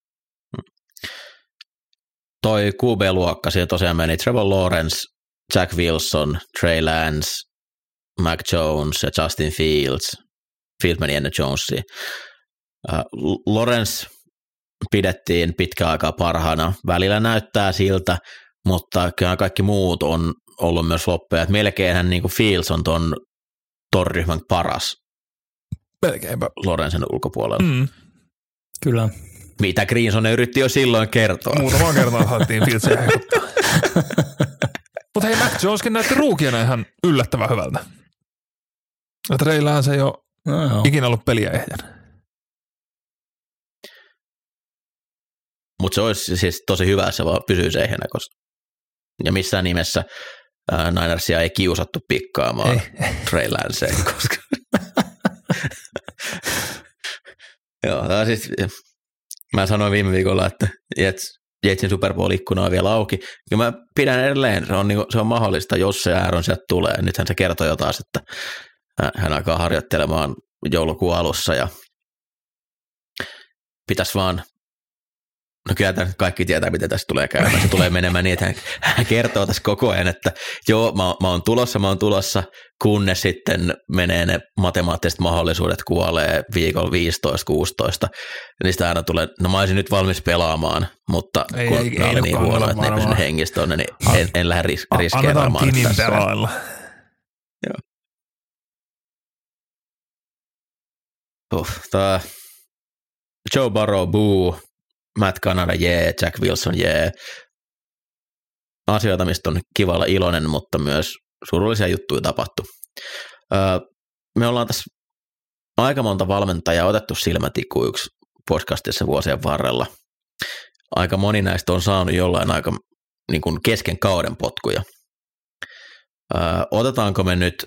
Toi QB-luokka, siellä tosiaan meni Trevor Lawrence, Jack Wilson, Trey Lance, Mac Jones ja Justin Fields. Fields meni ennen Jonesia. Lawrence pidettiin pitkään aikaa parhaana. Välillä näyttää siltä, mutta kyllä kaikki muut on ollut myös loppuja. Melkeinhän niin kuin Fields on ton ryhmän paras.
Melkeinpä.
Lawrencen ulkopuolella.
Kyllä.
Mitä Greenson yritti jo silloin kertoa.
Muutamaan kertaan saatiin Fieldsia heikuttaa. Mutta hei, Mac Joneskin näytti ruukiena ihan yllättävän hyvältä. Trey Lance ei ole ikinä ollut peliä ehjänä.
Mutta se olisi siis tosi hyvä, että se vaan pysyisi ehjänä, koska ja missään nimessä Ninersia ei kiusattu pikkaamaan Trey Lanceen, koska joo, siis mä sanoin viime viikolla, että Jetsin Super Bowl-ikkuna on vielä auki, ja mä pidän edelleen, se on mahdollista, jos se Aaron sieltä tulee. Nythän se kertoi jo taas, että hän alkaa harjoittelemaan joulukuun alussa, ja pitäisi vaan, no kyllä kaikki tietää, miten tästä tulee käymään. Se tulee menemään niin, että hän kertoo tässä koko ajan, että joo, mä oon tulossa, kunnes sitten menee ne matemaattiset mahdollisuudet kuolee viikolla 15-16. Niistä aina tulee, no mä olisin nyt valmis pelaamaan, mutta kun mä olen niin huono, että ne ei pysynyt hengissä tuonne, niin en lähde riskeeraamaan.
Annetaan Kinin pelailla.
Joo. Joe Burrow, boo. Matt Canada, Jack Wilson, asioita, mistä on kiva olla iloinen, mutta myös surullisia juttuja tapahtu. Me ollaan tässä aika monta valmentajaa otettu silmätikuiksi podcastissa vuosien varrella. Aika moni näistä on saanut jollain aika niin kuin kesken kauden potkuja. Otetaanko me nyt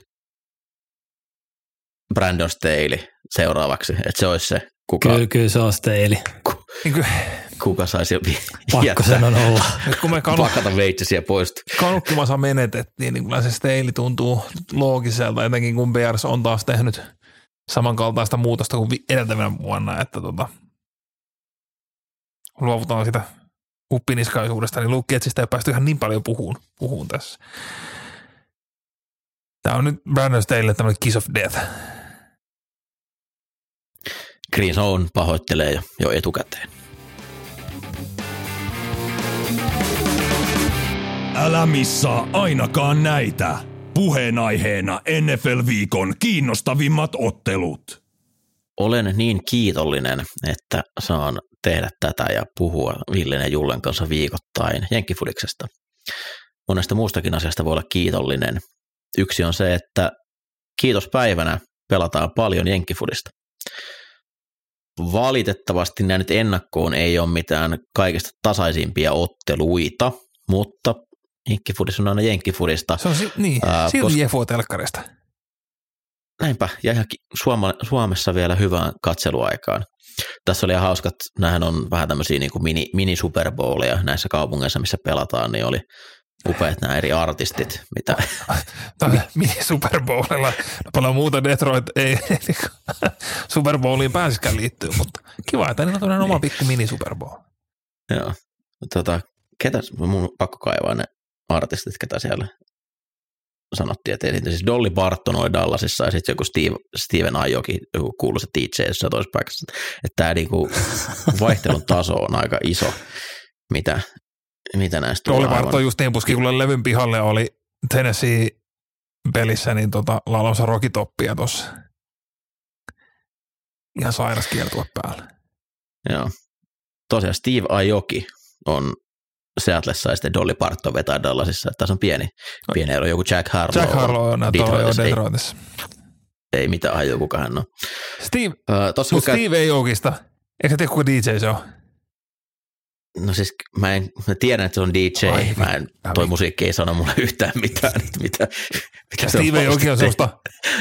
Brandon Staley seuraavaksi, että se olisi se, kuka...
Kyllä se on Staley.
Kuka saisi
pakko sen on olla.
Pakata veitsisiä pois.
Kanukkumassa menetettiin, niin kyllä se Staley tuntuu loogiselta, etenkin kun Bears on taas tehnyt samankaltaista muutosta kuin edeltävänä vuonna, että luovutaan sitä uppiniskaisuudesta, niin Luke Jetsistä ei päästy ihan niin paljon puhuun tässä. Tämä on nyt Brandon Staleylle tämmöinen kiss of death.
Greenson pahoittelee jo etukäteen.
Älä missaa ainakaan näitä. Puheenaiheena NFL-viikon kiinnostavimmat ottelut.
Olen niin kiitollinen, että saan tehdä tätä ja puhua Villen ja Jullen kanssa viikoittain jenkkifudiksesta. Monesta muustakin asiasta voi olla kiitollinen. Yksi on se, että kiitospäivänä pelataan paljon jenkkifudista. Valitettavasti nämä nyt ennakkoon ei ole mitään kaikista tasaisimpia otteluita, mutta jenkkifudis on aina jenkkifudista.
Se on silti Jefo-telkkarista.
Näinpä, ja ihan Suomessa vielä hyvään katseluaikaan. Tässä oli ihan hauskat, nämähän on vähän tämmöisiä niin kuin mini-Super Bowlia näissä kaupungeissa, missä pelataan, niin oli upeat nämä eri artistit. Mitä...
Mini-Super Bowlilla, paljon muuta Detroit ei Super Bowliin pääsiskään liittyy, mutta kiva, että niillä on tämmöinen oma pikku mini-Super Bowl.
Joo, mun pakko kaivaa ne artistit, ketä siellä sanottiin, että siis Dolly Parton oli Dallasissa ja sitten joku Steven Aoki, joku kuuluisa DJ jossain toisessa paikassa. Että tämä niinku vaihtelun taso on aika iso, mitä näistä
Dolly Parton just niin puski, kun levyn pihalle oli Tennessee-pelissä, niin laulansa rockitoppia tuossa. Ihan sairas kiertua päällä.
Joo. Tosiaan Steve Aoki on Seatlessa ja sitten Dolly Parton vetää Dallasissa, että tässä on pieni ero, joku Jack Harlow.
Jack Harlow on Detroitissa.
Ei mitään hajua, kuka hän on.
Steve Aokista, eikö tiedä kuka DJ se on?
No siis mä tiedän, että se on DJ, toi musiikki ei sano mulle yhtään mitään, mitä
Steve Aoki on sellaista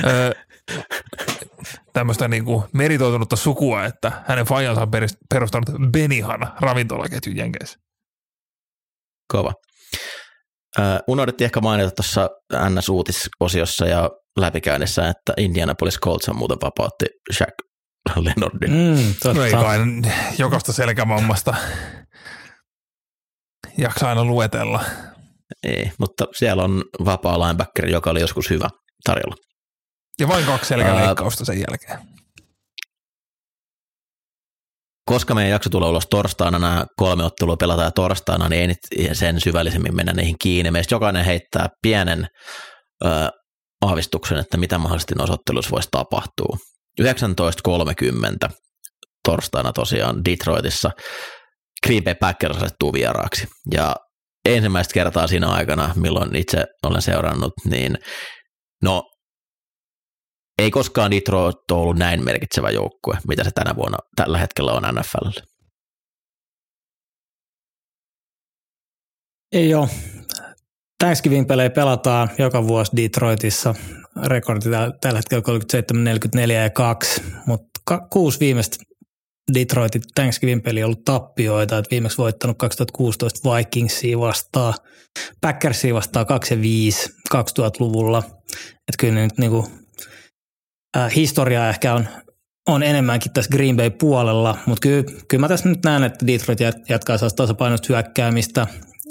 tämmöistä niinku meritoitunutta sukua, että hänen fajansa on perustanut Benihan ravintolaketjun Jenkeissä.
Kova. Unohdettiin ehkä mainita tuossa NS-uutisosiossa ja läpikäynnissä, että Indianapolis Colts on muuten vapautti Shaq Leonardin.
No ei kai jokaista selkävammasta jaksa aina luetella.
Ei, mutta siellä on vapaa linebackeri, joka oli joskus hyvä tarjolla.
Ja vain 2 selkäleikkausta sen jälkeen.
Koska meidän jakso tulee ulos torstaina, nämä 3 ottelua pelataan torstaina, niin ei nyt sen syvällisemmin mennä niihin kiinni. Meistä jokainen heittää pienen aavistuksen, että mitä mahdollisesti noissa otteluissa voisi tapahtua. 19.30 torstaina tosiaan Detroitissa Green Bay Packers asettuu vieraaksi. Ja ensimmäistä kertaa siinä aikana, milloin itse olen seurannut, niin no ei koskaan Detroit ole ollut näin merkitsevä joukkue, mitä se tänä vuonna tällä hetkellä on NFL.
Ei ole. Thanksgiving-pelejä pelataan joka vuosi Detroitissa. Rekordi tällä hetkellä 37, 44 ja 2, mutta 6 viimeistä Detroitin Thanksgiving-peliä on ollut tappioita, että viimeksi voittanut 2016 Vikingsia vastaan, Packersia vastaan 2-5 2000-luvulla. Että kyllä nyt niinku historiaa ehkä on enemmänkin tässä Green Bay puolella, mutta kyllä mä tässä nyt näen, että Detroit jatkaa sellaista tasapainoista hyökkäämistä.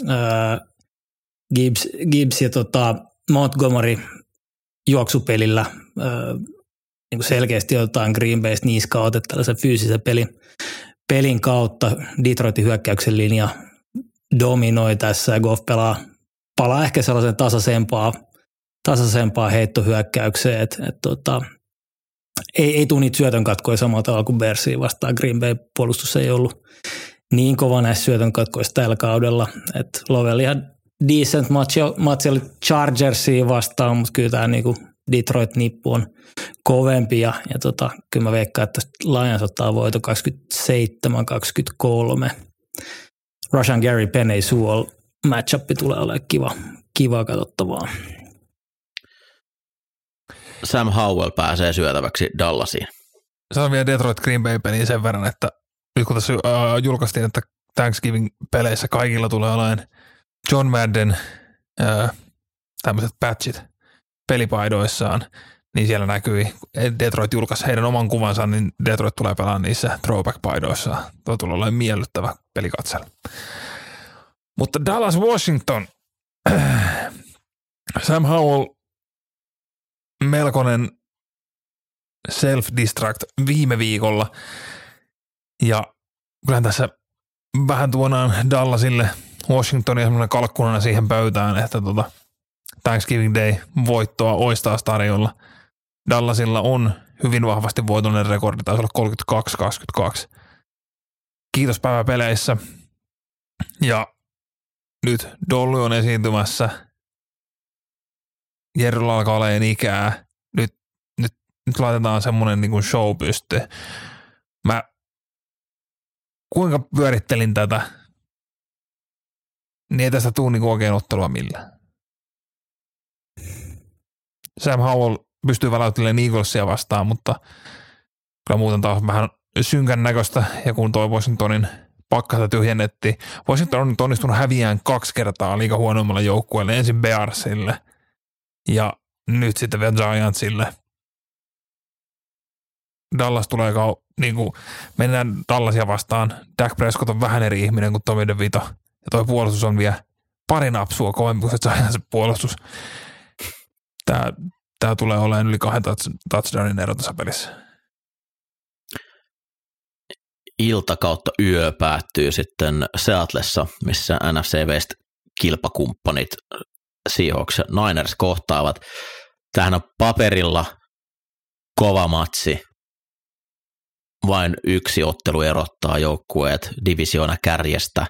Gibbs ja Montgomery juoksupelillä niin selkeästi jotain Green Baystä niskaa otet tällaisen fyysisen pelin kautta. Detroitin hyökkäyksen linja dominoi tässä ja Goff palaa ehkä sellaisen tasaisempaa heittohyökkäykseen, että ei tule niitä syötön katkoja samalla tavalla kuin Bearsia vastaan. Green Bay puolustus ei ollut niin kova näissä syötön katkoissa tällä kaudella, että Lovell ihan decent matchi oli Chargersia vastaan, mutta kyllä tämä niinku Detroit-nippu on kovempi ja kyllä mä veikkaan, että Lions ottaa voito 27-23. Rashan Gary Penny Sewell matchup tulee olemaan kiva katsottavaa.
Sam Howell pääsee syötäväksi Dallasiin.
Sanon vielä Detroit Green Bay-peliin sen verran, että nyt kun tässä julkaistiin, että Thanksgiving-peleissä kaikilla tulee olemaan John Madden tämmöiset patchit pelipaidoissaan, niin siellä näkyi, Detroit julkaisi heidän oman kuvansa, niin Detroit tulee pelaamaan niissä throwback-paidoissaan. Tuo tulee olemaan miellyttävä pelikatselu. Mutta Dallas Washington, Sam Howell, melkoinen self-destruct viime viikolla, ja kyllähän tässä vähän tuonaan Dallasille Washingtonia semmoinen kalkkunana siihen pöytään, että Thanksgiving Day voittoa olisi taas tarjolla. Dallasilla on hyvin vahvasti voitollinen rekordi, taisi olla 32-22. Kiitos päiväpeleissä. Ja nyt Dolly on esiintymässä. Jerryllä alkaa olemaan ikää. Nyt laitetaan semmoinen niin kuin show pystyyn. Mä kuinka pyörittelin tätä, niin ei tästä tule niin oikein ottelua millään. Sam Howell pystyy väläyttelemään Eaglesia vastaan, mutta kyllä muuten taas vähän synkän näköistä, ja kun toi Washingtonin pakkasta tyhjennettiin. Washington on nyt onnistunut häviään 2 kertaa liiga huonoimmalla joukkueelle, ensin Bearsille ja nyt sitten vielä Giantsille. Dallas tulee niin kuin mennään Dallasia vastaan. Dak Prescott on vähän eri ihminen kuin Tommy DeVito, ja toi puolustus on vielä pari napsua kovempi kuin se Giantsin puolustus. Tämä tulee olemaan yli 2 touchdownin ero tässä pelissä.
Ilta kautta yö päättyy sitten Seattleissa, missä NFC West kilpakumppanit Seahawks ja Niners kohtaavat. Tämähän on paperilla kova matsi. Vain yksi ottelu erottaa joukkueet divisioona kärjestä.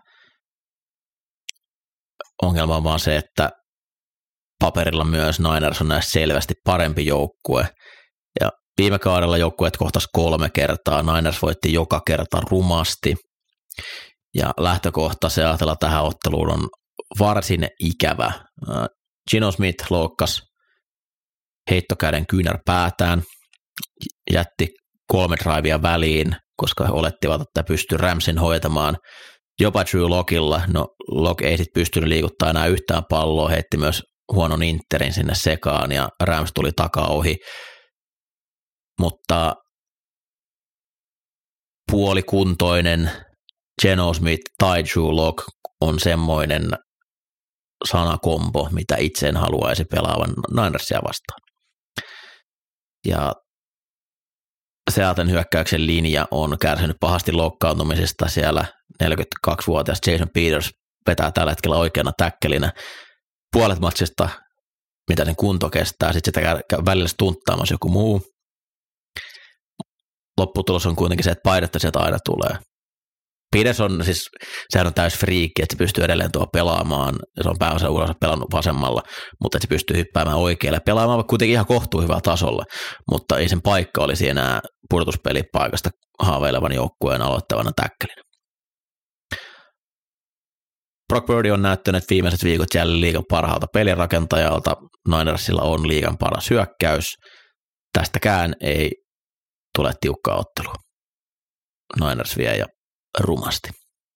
Ongelma on vaan se, että paperilla myös Niners on näistä selvästi parempi joukkue. Ja viime kaudella joukkueet kohtasi 3 kertaa. Niners voitti joka kerta rumasti. Ja lähtökohta Seattlella tähän otteluun on varsin ikävä. Gino Smith loukkasi heittokäden kyynärpäätään, jätti 3 drivea väliin, koska he olettivat, että pystyy Ramsin hoitamaan. jopa Drew Lockilla. No Lock ei sitten pystynyt liikuttaa enää yhtään palloa, heitti myös huonon interin sinne sekaan ja Rams tuli takaohi. Mutta puolikuntoinen Geno Smith tai Drew Lock on semmoinen sanakombo, mitä itse en haluaisi pelaavan Ninersia vastaan. Ja Seattlen hyökkäyksen linja on kärsinyt pahasti loukkaantumisesta. Siellä 42-vuotias Jason Peters vetää tällä hetkellä oikeana täkkelinä puolet matsista, mitä sen kunto kestää. Sitten sitä välillä stunttaamassa joku muu. Lopputulos on kuitenkin se, että painetta sieltä aina tulee. Peters on siis, sehän on täys friikki, että se pystyy edelleen tuo pelaamaan. Se on pääosa uransa pelannut vasemmalla, mutta että se pystyy hyppäämään oikealle. Pelaamaan kuitenkin ihan kohtuu hyvällä tasolla, mutta ei sen paikka olisi enää pudotuspelipaikasta haaveilevan joukkueen aloittavana täkkelinä. Brock Purdy on näyttänyt viimeiset viikot jälleen liigan parhaalta pelirakentajalta. Ninersilla on liigan paras hyökkäys. Tästäkään ei tule tiukkaa ottelua. Niners vie ja rumasti.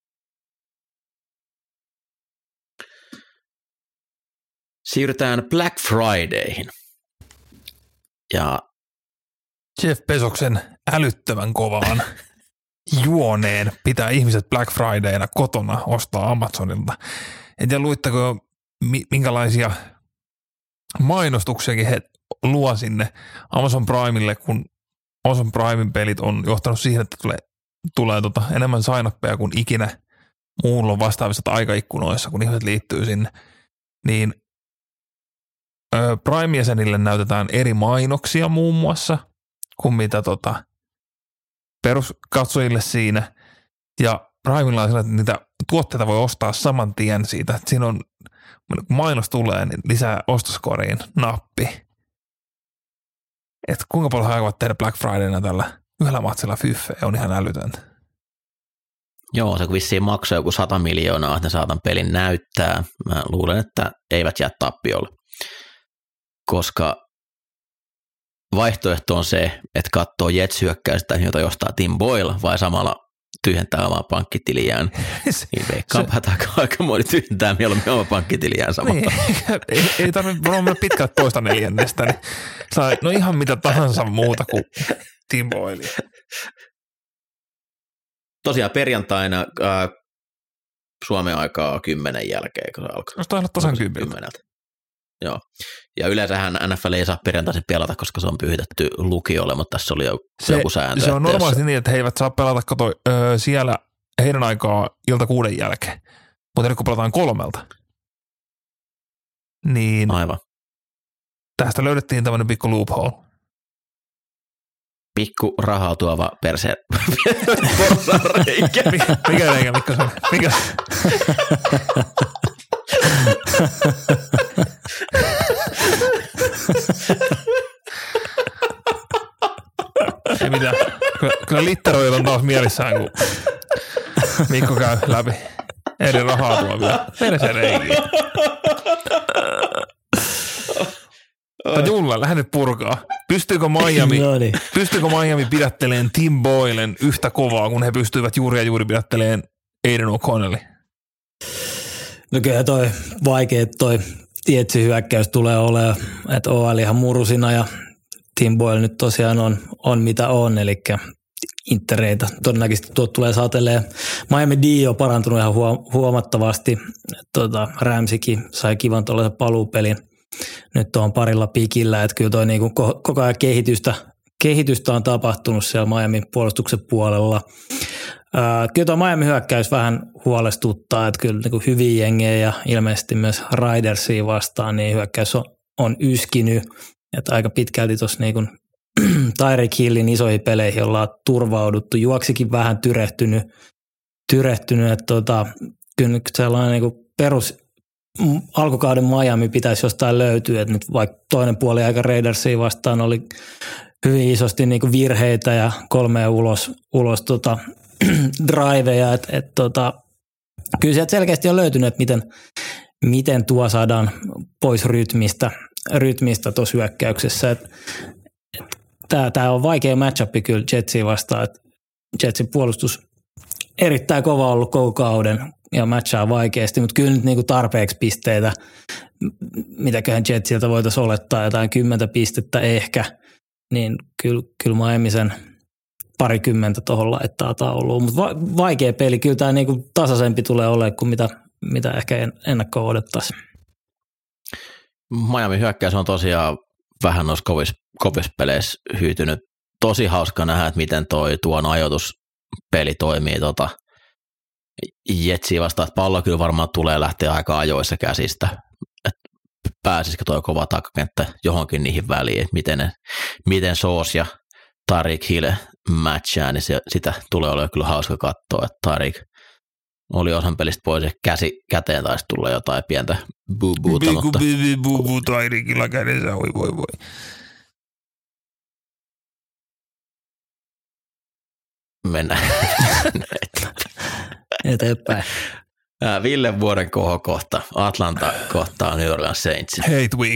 Siirrytään Black Fridayhin. Ja
Jeff Bezoksen älyttömän kovaan juoneen pitää ihmiset Black Fridayna kotona ostaa Amazonilta. En tiedä, luitteko minkälaisia mainostuksiakin he luo sinne Amazon Primelle, kun Amazon Primen pelit on johtanut siihen, että tulee enemmän sign-uppeja kuin ikinä muulla vastaavissa aikaikkunoissa, kun ihmiset liittyy sinne. Niin Prime-jäsenille näytetään eri mainoksia muun muassa kuin mitä peruskatsojille siinä. Ja Primella on sellainen, että niitä tuotteita voi ostaa saman tien siitä. Että siinä on, kun mainos tulee, niin lisää ostoskoriin nappi. Että kuinka paljon he aikovat tehdä Black Fridayna tällä yhdellä matsilla fyffeä on ihan älytöntä.
Joo, se vissiin maksaa joku 100 miljoonaa, että ne saatan pelin näyttää. Mä luulen, että eivät jää tappiolle, koska vaihtoehto on se, että katsoo Jets-hyökkäystä, jota jostaa Tim Boyle, vai samalla tyhjentää omaa pankkitiliään. Niin veikkaanpa aika moni tyhjentää mieluummin omaa pankkitiliään samalla.
Niin, ei tarvitse mennä pitkältä toista neljännestä, niin no ihan mitä tahansa muuta kuin Tim Boyle.
Tosiaan perjantaina Suomen aikaa 10 jälkeen, kun se alkoi.
No, olla tasan 10.
Joo. Ja yleensähän NFL ei saa perjantaisin pelata, koska se on pyhitetty lukiolle, mutta tässä oli joku sääntö.
Se on normaalisti niin, että he eivät saa pelata siellä heidän aikaa ilta 6 jälkeen, mutta nyt kun pelataan 3, niin
aivan.
Tästä löydettiin tämmöinen pikku loophole.
Pikku rahaa tuova porsareikä.
Mikä reikä, Mikko se on? Mikä? Ei mitään. Kyllä litteroijat on taas mielissään, kun Mikko käy läpi eri rahaa tuovia. Meillä se reikiä. Julla, lähde nyt purkaa. Pystyykö Miami pidätteleen Tim Boylen yhtä kovaa, kun he pystyivät juuri pidätteleen Aiden O'Connellin?
No kyllä toi Tietsin hyökkäys tulee olemaan, että OL ihan murusina ja Tim Boyle nyt tosiaan on mitä on, eli intereitä. Todennäköisesti tuot tulee saateleen. Miami D on parantunut ihan huomattavasti. Ramsikin sai kivan tuollaisen paluupelin nyt on parilla pikillä, että kyllä toi niinku koko ajan kehitystä on tapahtunut siellä Miamin puolustuksen puolella. Kyllä tuo Miami hyökkäys vähän huolestuttaa, että kyllä niinku hyviä jengejä ja ilmeisesti myös Ridersia vastaan, niin hyökkäys on yskinyt, että aika pitkälti tuossa niinku Tyreek Hillin isoihin peleihin ollaan turvauduttu, juoksikin vähän tyrehtynyt että kyllä nyt sellainen niinku perus alkukauden Miami pitäisi jostain löytyä, että nyt vaikka toinen puoli aika Raidersia vastaan oli hyvin isosti niinku virheitä ja 3 ulos driveja, että kyllä sieltä selkeästi on löytynyt, että miten tuo saadaan pois rytmistä tuossa hyökkäyksessä. Tämä on vaikea matchup kyllä Jetsiä vastaan, että Jetsin puolustus erittäin kova ollut koko kauden ja matchaa vaikeasti, mutta kyllä nyt niinku tarpeeksi pisteitä, mitäköhän Jetsiltä voitaisiin olettaa, jotain 10 pistettä ehkä, niin kyllä Miami sen 20 tuohon laittaa tauluun, mutta vaikea peli, kyllä tämä niinku tasaisempi tulee olemaan kuin mitä ehkä ennakkoon odottaisiin.
Miami hyökkäys on tosiaan vähän noissa kovissa peleissä hyytynyt. Tosi hauska nähdä, että miten tuon ajoituspeli toimii Jetsiä vastaan, että pallo kyllä varmaan tulee lähteä aika ajoissa käsistä, että pääsisikö tuo kova takakenttä johonkin niihin väliin, että miten Soos ja Tariq Hill matchaa, niin sitä tulee olemaan kyllä hauska katsoa, että Tariq oli osan pelistä pois ja käteen taisi tulla jotain pientä buu-buuta, mutta
buu Tariqilla kädessä, voi.
Mennään
eteenpäin.
Ville vuoden kohokohta, Atlanta kohtaa New Orleans Saints.
Hate week.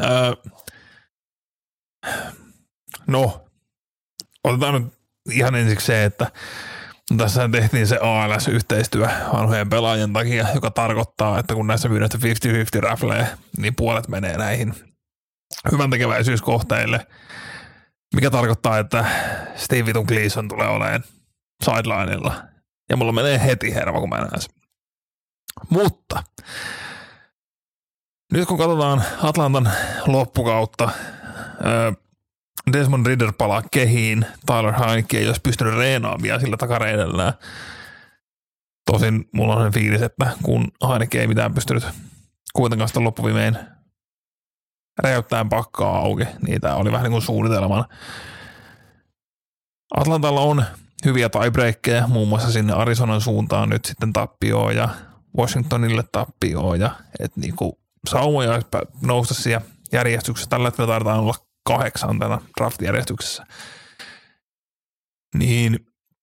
No, otetaan nyt ihan ensiksi se, että tässä tehtiin se ALS-yhteistyö vanhojen pelaajien takia, joka tarkoittaa, että kun näissä myydään 50-50 räflejä, niin puolet menee näihin hyvän tekeväisyyskohteille, mikä tarkoittaa, että Steve Vitun Gleason tulee olemaan sidelineilla. Ja mulla menee heti hermo, kun mä näen sen. Mutta nyt kun katsotaan Atlantan loppukautta, Desmond Ridder palaa kehiin, Tyler Heinicke ei olisi pystynyt reenaamaan vielä sillä takareidellään. Tosin mulla on sen fiilis, että kun Heinicke ei mitään pystynyt kuitenkaan sitä loppuviimein räjäyttäen pakkaa auki, niin tämä oli vähän niin kuin suunnitelman. Atlantalla on hyviä tiebreakkejä, muun muassa sinne Arizonan suuntaan nyt sitten tappioon ja Washingtonille tappioon ja että niinku saumoja nousta siellä järjestyksessä. Tällä hetkellä taidetaan olla 8 draft-järjestyksessä. Niin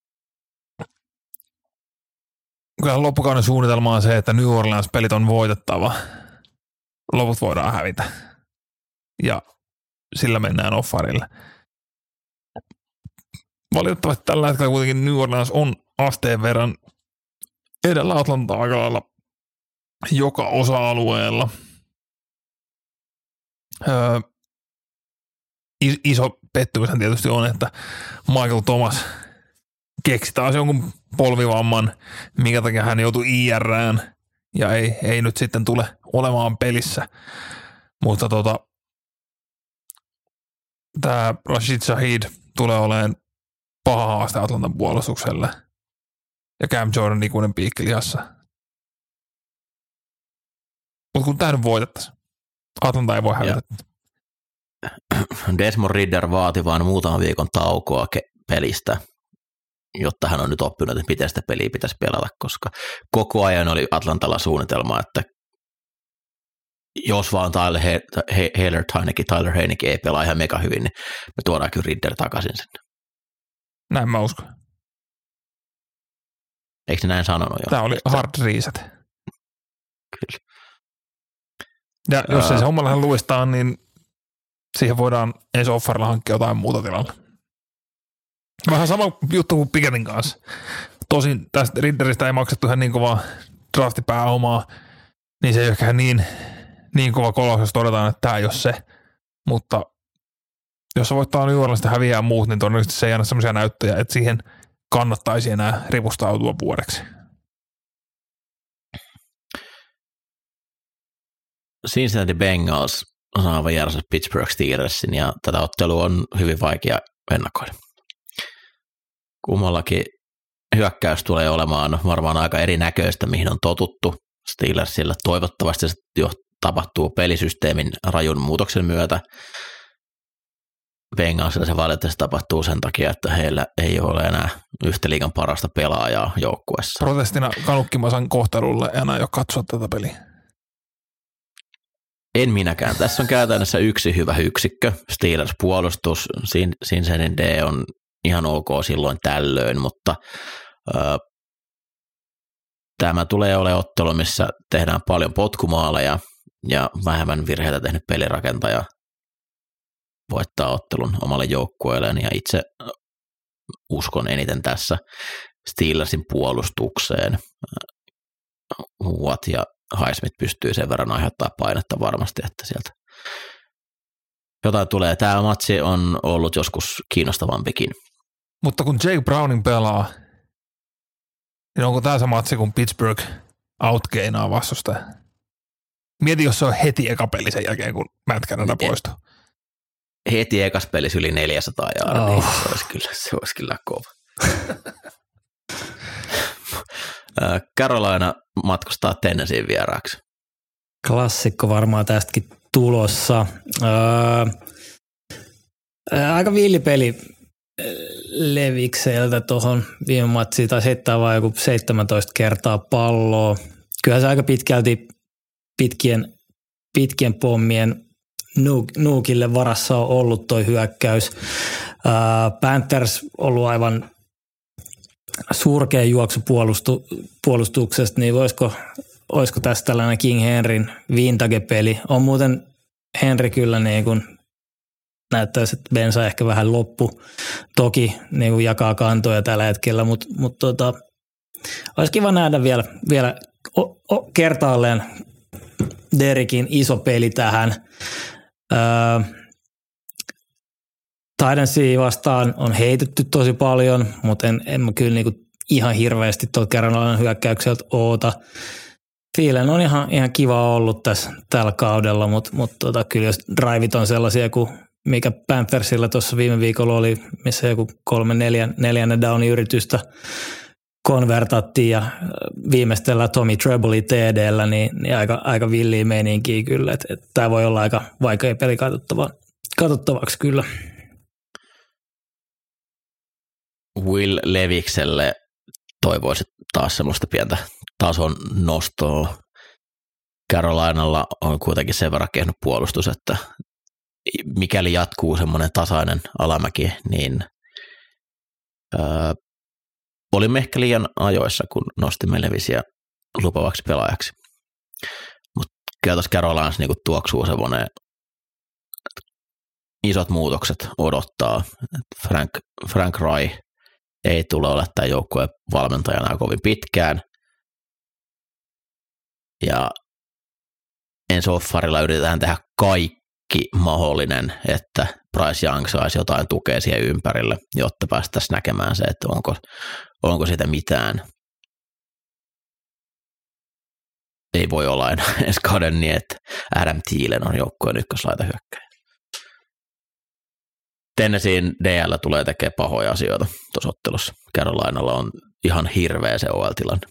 kyllä loppukauden suunnitelma on se, että New Orleans-pelit on voitettava. Loput voidaan hävitä. Ja sillä mennään offarille. Valitettavasti tällä hetkellä kuitenkin New Orleans on asteen verran edellä Atlantaa aika lailla joka osa-alueella. Iso pettymys tietysti on, että Michael Thomas keksi taas jonkun polvivamman, minkä takia hän joutui IRään ja ei nyt sitten tule olemaan pelissä. Mutta tämä Rashid Shaheed tulee olemaan paha haaste Atlantan puolustukselle ja Cam Jordan ikuinen piikkilihassa. Mutta kun tämä nyt voitettaisiin, Atlanta ei voi hävitä.
Desmond Ridder vaati vain muutaman viikon taukoa pelistä, jotta hän on nyt oppinut, että miten sitä peliä pitäisi pelata, koska koko ajan oli Atlantalla suunnitelma, että jos vaan Tyler Heinicke ei pelaa ihan mega hyvin, niin me tuodaan kyllä Ridder takaisin sinne.
Näin mä uskon.
Eikö ne näin sanonut jo?
Tämä oli hard reset.
Kyllä.
Ja jos ei se homma lähde luistaa, niin siihen voidaan ensi offerilla hankkia jotain muuta tilalla. Vähän sama juttu kuin Pickettin kanssa. Tosin tästä Ridderistä ei maksettu ihan niin kovaa draftipääomaa, niin se ei ehkä niin kova kolos, jos todetaan, että tämä ei ole se. Mutta jos se voittaa New Orleans ja häviää muut, niin todennäköisesti se ei anna sellaisia näyttöjä, että siihen kannattaisi enää ripustautua vuodeksi.
Cincinnati Bengals saa vierassa Pittsburgh Steelersin ja tätä ottelua on hyvin vaikea ennakoida. Kummallakin hyökkäys tulee olemaan varmaan aika erinäköistä, mihin on totuttu Steelersillä. Toivottavasti se jo tapahtuu pelisysteemin rajun muutoksen myötä. Bengalsilla se valitettavasti tapahtuu sen takia, että heillä ei ole enää yhtä liigan parasta pelaajaa joukkueessa.
Protestina Kanukkimasan kohtelulle en aio katsoa tätä peliä.
En minäkään. Tässä on käytännössä yksi hyvä yksikkö. Steelers puolustus, Cincinnati D on ihan ok silloin tällöin, mutta tämä tulee olemaan ottelu, missä tehdään paljon potkumaaleja ja vähemmän virheitä tehnyt pelirakentaja voittaa ottelun omalle joukkueelleen ja itse uskon eniten tässä Steelersin puolustukseen. Watt ja Highsmith pystyy sen verran aiheuttaa painetta varmasti, että sieltä jotain tulee. Tämä matsi on ollut joskus kiinnostavampikin.
Mutta kun Jake Browning pelaa, niin onko tämä se matsi, kun Pittsburgh outgainaa vastustaja? Mieti, jos se on heti eka peli sen jälkeen, kun Matt Canada poistuu.
Heti ekas pelissä yli 400 jardia, niin se olisi kyllä kova. Carolina matkustaa Tennesseein vieraaksi.
Klassikko varmaan tästäkin tulossa. Aika villipeli Levikseltä tuohon viime matsiin, taisi heittää vain joku 17 kertaa palloa. Kyllähän se aika pitkälti pitkien pommien Nuukille varassa on ollut toi hyökkäys. Panthers ollut aivan surkea juoksu puolustuksesta, niin olisiko tässä tällainen King Henryn vintage-peli? On muuten Henry kyllä niin kuin näyttäisi, että bensa ehkä vähän loppu. Toki niin kuin jakaa kantoja tällä hetkellä, mutta olisi kiva nähdä vielä kertaalleen Derekin iso peli tähän. Titansia vastaan on heitetty tosi paljon, mutta en mä kyllä niinku ihan hirveästi tuolta Carolinan hyökkäykseltä oota. Thielen on ihan kiva ollut tällä kaudella, mutta kyllä jos drivit on sellaisia kuin mikä Panthersilla tuossa viime viikolla oli, missä joku 3-4 downi-yritystä konvertattiin ja viimeistellään Tommy Trebley TD:llä, niin aika villiä meininkiä kyllä. Tämä voi olla aika vaikea peli katsottavaksi kyllä.
Will Levikselle toivoisi taas semmoista pientä tason nostoa. Carolinalla on kuitenkin sen verran kehno puolustus, että mikäli jatkuu semmoinen tasainen alamäki, niin olimme ehkä liian ajoissa, kun nostimme Levisiä lupavaksi pelaajaksi. Mutta kyllä tuossa Carolinassa niinku tuoksuu semmoinen isot muutokset odottaa. Frank Reich ei tule ole tämän joukkueen valmentajana kovin pitkään. Ja Enzo Offarilla yritetään tehdä kaikki mahdollinen, että Bryce Young saisi jotain tukea siihen ympärille, jotta päästäisiin näkemään se, että onko siitä mitään. Ei voi olla enää ensi kauden niin, että Adam Thielen on joukkueen ykköslaita hyökkäjä. Tennesseein DL tulee tekemään pahoja asioita tuossa ottelussa. Carolinalla on ihan hirveä se OL-tilanne.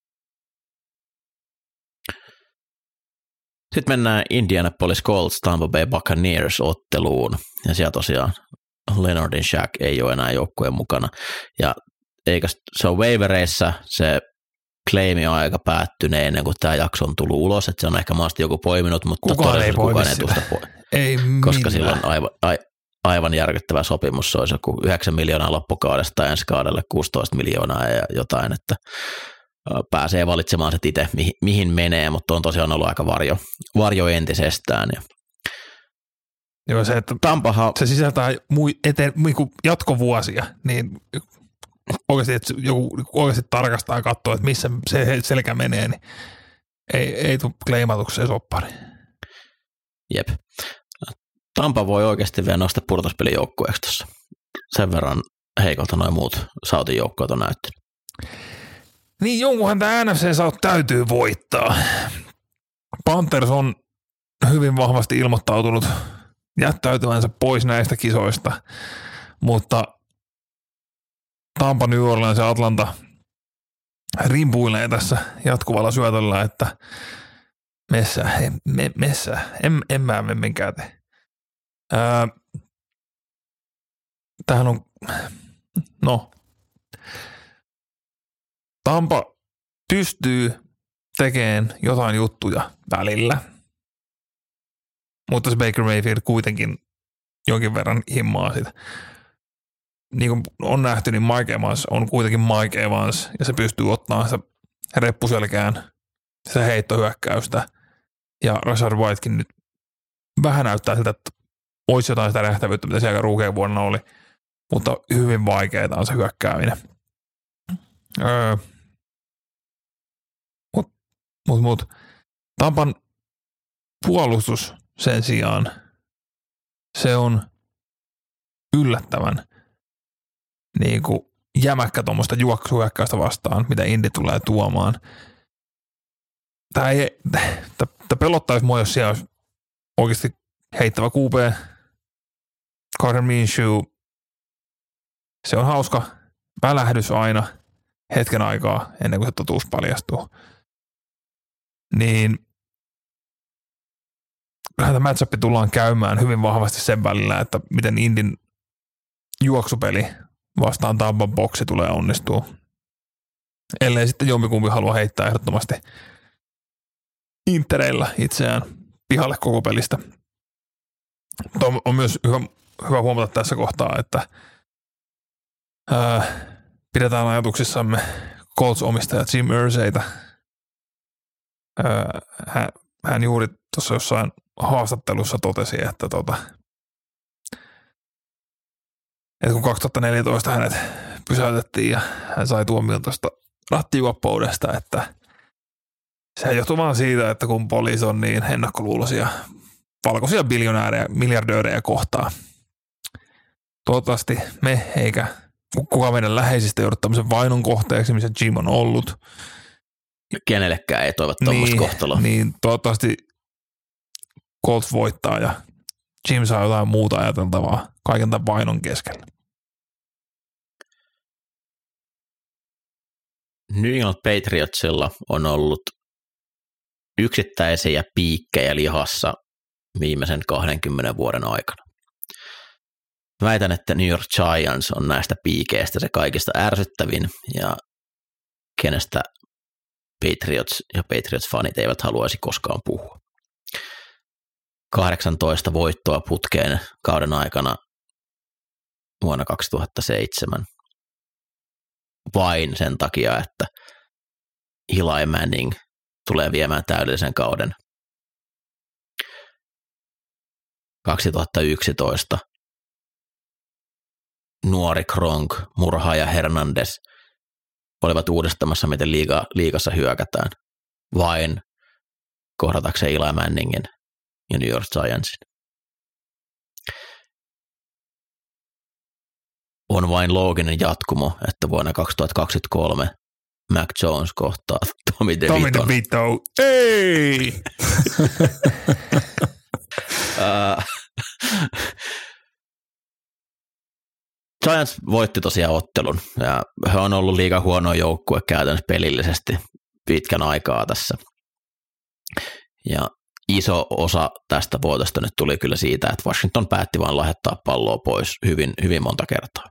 Sitten mennään Indianapolis Colts Tampa Bay Buccaneers otteluun. Ja siellä tosiaan Leonardin Shaq ei ole enää joukkueen mukana. Ja eikä se on waivereissa se claimi on aika päättyneen ennen kuin tämä jakso on tullut ulos. Että se on ehkä maasta joku poiminut, mutta kukaan ei tuosta koska sillä on aivan järkyttävä sopimus. Se olisi joku 9 miljoonaa loppukaudesta ensi kaudelle 16 miljoonaa ja jotain, että pääsee valitsemaan se itse, mihin menee, mutta on tosiaan ollut aika varjo entisestään.
Joo, se, että se sisältää jatkovuosia, niin oikeasti, että joku oikeasti tarkastaa ja katsoo, että missä se selkä menee, niin ei tule kleimatuksi se soppari.
Jep. Tampa voi oikeasti vielä nostaa pudotuspelijoukkueeksi tuossa. Sen verran heikolta noin muut Southin joukkueet on näyttänyt.
Niin jonkunhan tämä NFC South täytyy voittaa. Panthers on hyvin vahvasti ilmoittautunut jättäytyvänsä pois näistä kisoista, mutta Tampa, New Orleans ja Atlanta rimpuilee tässä jatkuvalla syötöllä, että en mä minkään tee. Tämähän on, Tampa pystyy tekemään jotain juttuja välillä, mutta se Baker Mayfield kuitenkin jonkin verran himmaa sitä. Niin kuin on nähty, niin Mike Evans on kuitenkin Mike Evans, ja se pystyy ottamaan sitä reppuselkään, sitä heittohyökkäystä, ja Rashard Whitekin nyt vähän näyttää siltä, että olisi jotain sitä nähtävyyttä, mitä siellä ruukeen vuonna oli, mutta hyvin vaikeaa on se hyökkääminen. Mut Tampan puolustus sen sijaan, se on yllättävän niin kuin jämäkkä tuommoista juoksuhyökkäystä vastaan, mitä Indy tulee tuomaan. Tämä pelottaisi mua, jos siellä olisi oikeasti heittävä QB, Gardner Minshew. Se on hauska välähdys aina hetken aikaa ennen kuin se totuus paljastuu. Niin tämä matchup tullaan käymään hyvin vahvasti sen välillä, että miten Indin juoksupeli vastaan Tampan boksi tulee onnistua. Ellei sitten jompikumpi halua heittää ehdottomasti intereillä itseään pihalle koko pelistä. Mutta on myös hyvä huomata tässä kohtaa, että pidetään ajatuksissamme Colts-omistaja Jim Irsaytä. Hän juuri tuossa jossain haastattelussa totesi, että kun 2014 hänet pysäytettiin ja hän sai tuomion tuosta rattijuoppoudesta, että se johtuu vaan siitä, että kun poliisi on niin ennakkoluuloisia valkoisia miljardöörejä kohtaa. Toivottavasti me eikä kukaan meidän läheisistä joudu tämmöisen vainon kohteeksi, missä Jim on ollut.
Kenellekään ei toivo tuommoista kohtaloa.
Niin, toivottavasti Colts voittaa ja Jim saa jotain muuta ajateltavaa kaiken tämän vainon keskellä.
New England Patriotsilla on ollut yksittäisiä piikkejä lihassa viimeisen 20 vuoden aikana. Väitän, että New York Giants on näistä piikeistä se kaikista ärsyttävin ja kenestä Patriots ja Patriots-fanit eivät haluaisi koskaan puhua. 18 voittoa putkeen kauden aikana vuonna 2007 vain sen takia, että Eli Manning tulee viemään täydellisen kauden. 2011 nuori Gronk, murhaaja Hernandez olivat uudistamassa, miten liigassa hyökätään, vain kohdatakseen Eli Manningin ja New York Giantsin. On vain looginen jatkumo, että vuonna 2023 Mac Jones kohtaa Tommy DeVito.
Ei!
Giants voitti tosiaan ottelun ja he on ollut liigan huono joukkue käytännössä pelillisesti pitkän aikaa tässä. Ja iso osa tästä voitosta nyt tuli kyllä siitä, että Washington päätti vain lahjoittaa palloa pois hyvin, hyvin monta kertaa.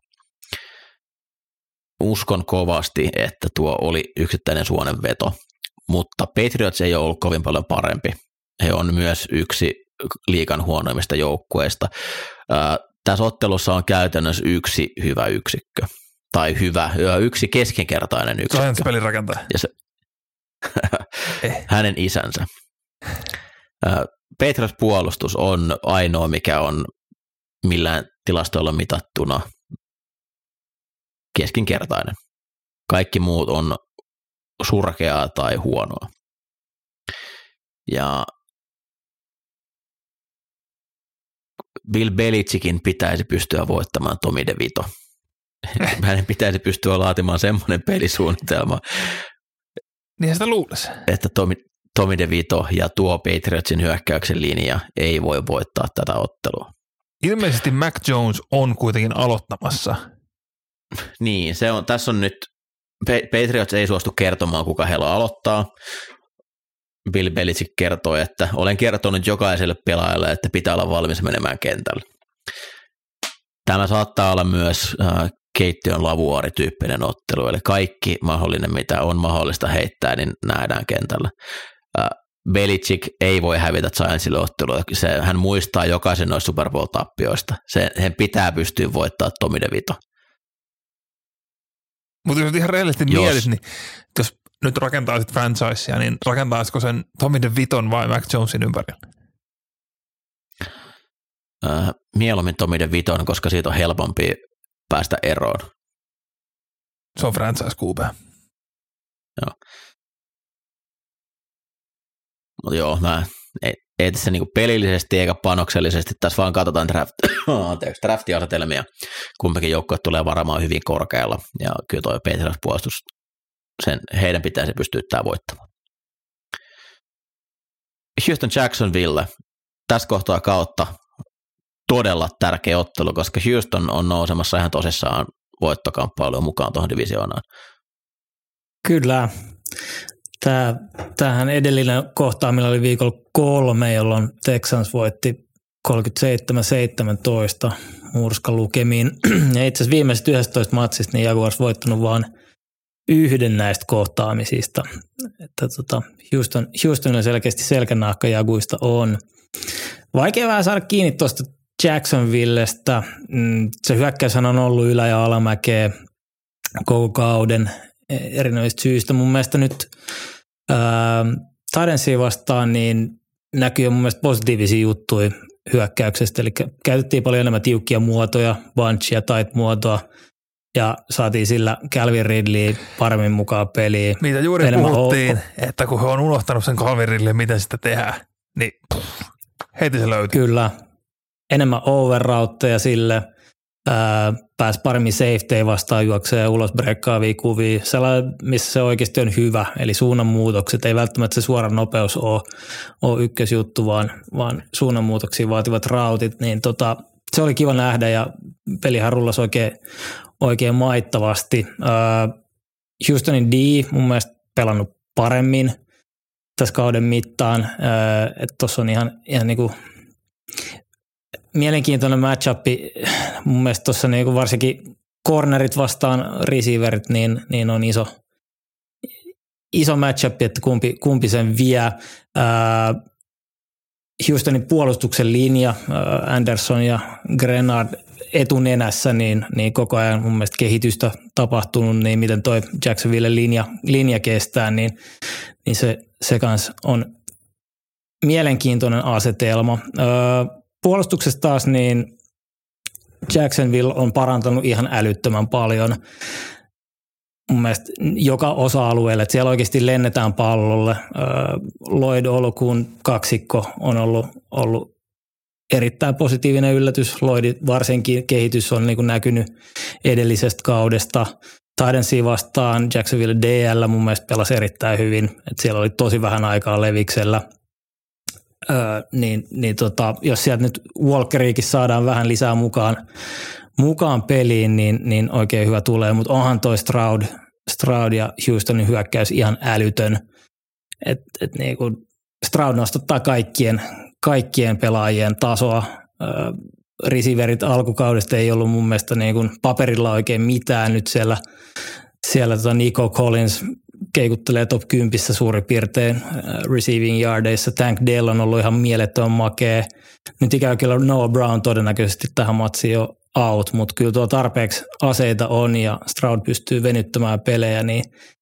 Uskon kovasti, että tuo oli yksittäinen suonenveto, mutta Patriots ei ole ollut kovin paljon parempi. He on myös yksi liigan huonoimmista joukkueista. Tässä ottelussa on käytännössä yksi hyvä yksikkö, tai yksi keskinkertainen yksikkö.
Giants pelin rakentaja.
Ja se, hänen isänsä. Patriots puolustus on ainoa, mikä on millään tilastoilla mitattuna keskinkertainen. Kaikki muut on surkeaa tai huonoa. Ja Bill Belichickin pitäisi pystyä voittamaan Tommy DeVito. Hänen pitäisi pystyä laatimaan semmoinen pelisuunnitelma,
niin sitä luulisi,
että Tommy DeVito ja tuo Patriotsin hyökkäyksen linja ei voi voittaa tätä ottelua.
Ilmeisesti Mac Jones on kuitenkin aloittamassa.
Niin, tässä on nyt, Patriots ei suostu kertomaan, kuka heillä aloittaa. Bill Belichick kertoo, että olen kertonut jokaiselle pelaajalle, että pitää olla valmis menemään kentälle. Tämä saattaa olla myös keittiön lavuaarityyppinen ottelu, eli kaikki mahdollinen, mitä on mahdollista heittää, niin nähdään kentällä. Belichick ei voi hävitä Giantsille ottelua. Hän muistaa jokaisen noista Super Bowl-tappioista. Hän pitää pystyä voittamaan Tommy DeVito.
Mutta jos ihan rehellisesti mietit, niin jos nyt rakentaisit franchisea, niin rakentaisiko sen Tommy DeViton vai Mac Jonesin ympärillä?
Mieluummin Tommy DeViton, koska siitä on helpompi päästä eroon.
Se on franchise QB.
Joo. Mutta joo, ei tässä niinku pelillisesti eikä panoksellisesti, tässä vaan katsotaan draftiasetelmia. Kumpikin joukkue tulee varamaan hyvin korkealla, ja kyllä tuo Patriots-puolustus, heidän pitäisi pystyä tämä voittamaan. Houston Jacksonville, tässä kohtaa kautta todella tärkeä ottelu, koska Houston on nousemassa ihan tosissaan voittokamppailuun mukaan tuohon divisioonaan. Kyllä.
Tämähän edellinen kohtaaminen oli viikolla 3, jolloin Texans voitti 37-17 murskalukemiin. Ja itse asiassa viimeiset 11 matsista niin Jaguars voittanut vain yhden näistä kohtaamisista. Että Houstonilla selkeästi selkänahka Jaguista on. Vaikea vähän saada kiinni tuosta Jacksonvillestä. Se hyökkäyshän on ollut ylä- ja alamäkeä koko kauden erinäisistä syistä. Mun mielestä nyt Titansia vastaan niin näkyy jo mun mielestä positiivisia juttuja hyökkäyksestä. Eli käytettiin paljon enemmän tiukkia muotoja, bunchia, tight-muotoa ja saatiin sillä Calvin Ridley paremmin mukaan peliin.
Mitä juuri puhuttiin, että kun he on unohtanut sen Calvin Ridley, miten sitä tehdään, niin heti se löytyy.
Kyllä. Enemmän overroutteja sille. Pääsi paremmin safety vastaan juokseen ulos breikkaavia kuvia. Sellainen, missä se oikeasti on hyvä, eli suunnanmuutokset. Ei välttämättä se suora nopeus ole ykkösjuttu, vaan suunnanmuutoksia vaativat rautit. Niin se oli kiva nähdä ja pelihän rullasi oikein maittavasti. Houstonin D mun mielestä pelannut paremmin tässä kauden mittaan. Tuossa on ihan niinku mielenkiintoinen matchup. Mun mielestä tuossa niinku varsinkin cornerit vastaan receiverit, niin on iso matchup, että kumpi sen vie. Houstonin puolustuksen linja, Anderson ja Grenard etunenässä, niin koko ajan mun mielestä kehitystä tapahtunut, niin miten toi Jacksonville linja kestää, niin se kans on mielenkiintoinen asetelma. Puolustuksessa taas niin Jacksonville on parantanut ihan älyttömän paljon mun mielestä joka osa-alueelle, että siellä oikeasti lennetään pallolle. Lloyd Olukun kaksikko on ollut erittäin positiivinen yllätys. Lloydin varsinkin kehitys on niin kuin näkynyt edellisestä kaudesta. Titansia vastaan Jacksonville DL mun mielestä pelasi erittäin hyvin, että siellä oli tosi vähän aikaa leviksellä. Jos sieltä nyt Walkeriikin saadaan vähän lisää mukaan peliin, niin oikein hyvä tulee, mutta onhan toi Stroud ja Houstonin hyökkäys ihan älytön. Niinku Stroud nostattaa kaikkien pelaajien tasoa. Receiverit alkukaudesta ei ollut mun mielestä niinku paperilla oikein mitään. Nyt siellä Nico Collins keikuttelee top 10 suurin piirtein receiving yardeissa. Tank Dell on ollut ihan mielettömän makea. Nyt ikävä kyllä Noah Brown todennäköisesti tähän matsiin on out, mutta kyllä tuo tarpeeksi aseita on ja Stroud pystyy venyttämään pelejä, niin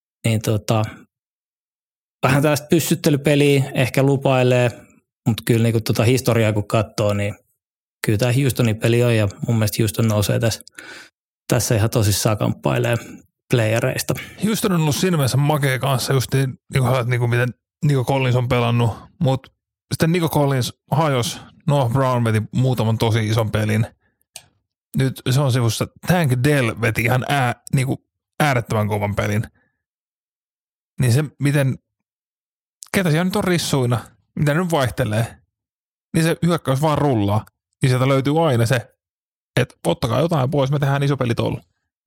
vähän tällaista pyssyttelypeliä ehkä lupailee, mutta kyllä niin historiaa kun katsoo, niin kyllä tämä Houstonin peli on ja mun mielestä Houston nousee tässä ihan tosissaan kamppailee playereista.
Houston on ollut siinä mielessä makea kanssa, just niin miten Nico Collins on pelannut, mutta sitten Nico Collins hajos, Noah Brown veti muutaman tosi ison pelin. Nyt se on sivussa, Tank Dell veti ihan äärettömän kovan pelin. Niin se, ketä siellä nyt on rissuina, mitä nyt vaihtelee, niin se hyökkäys vaan rullaa. Niin sieltä löytyy aina se, että ottakaa jotain pois, me tehdään iso peli tuolla.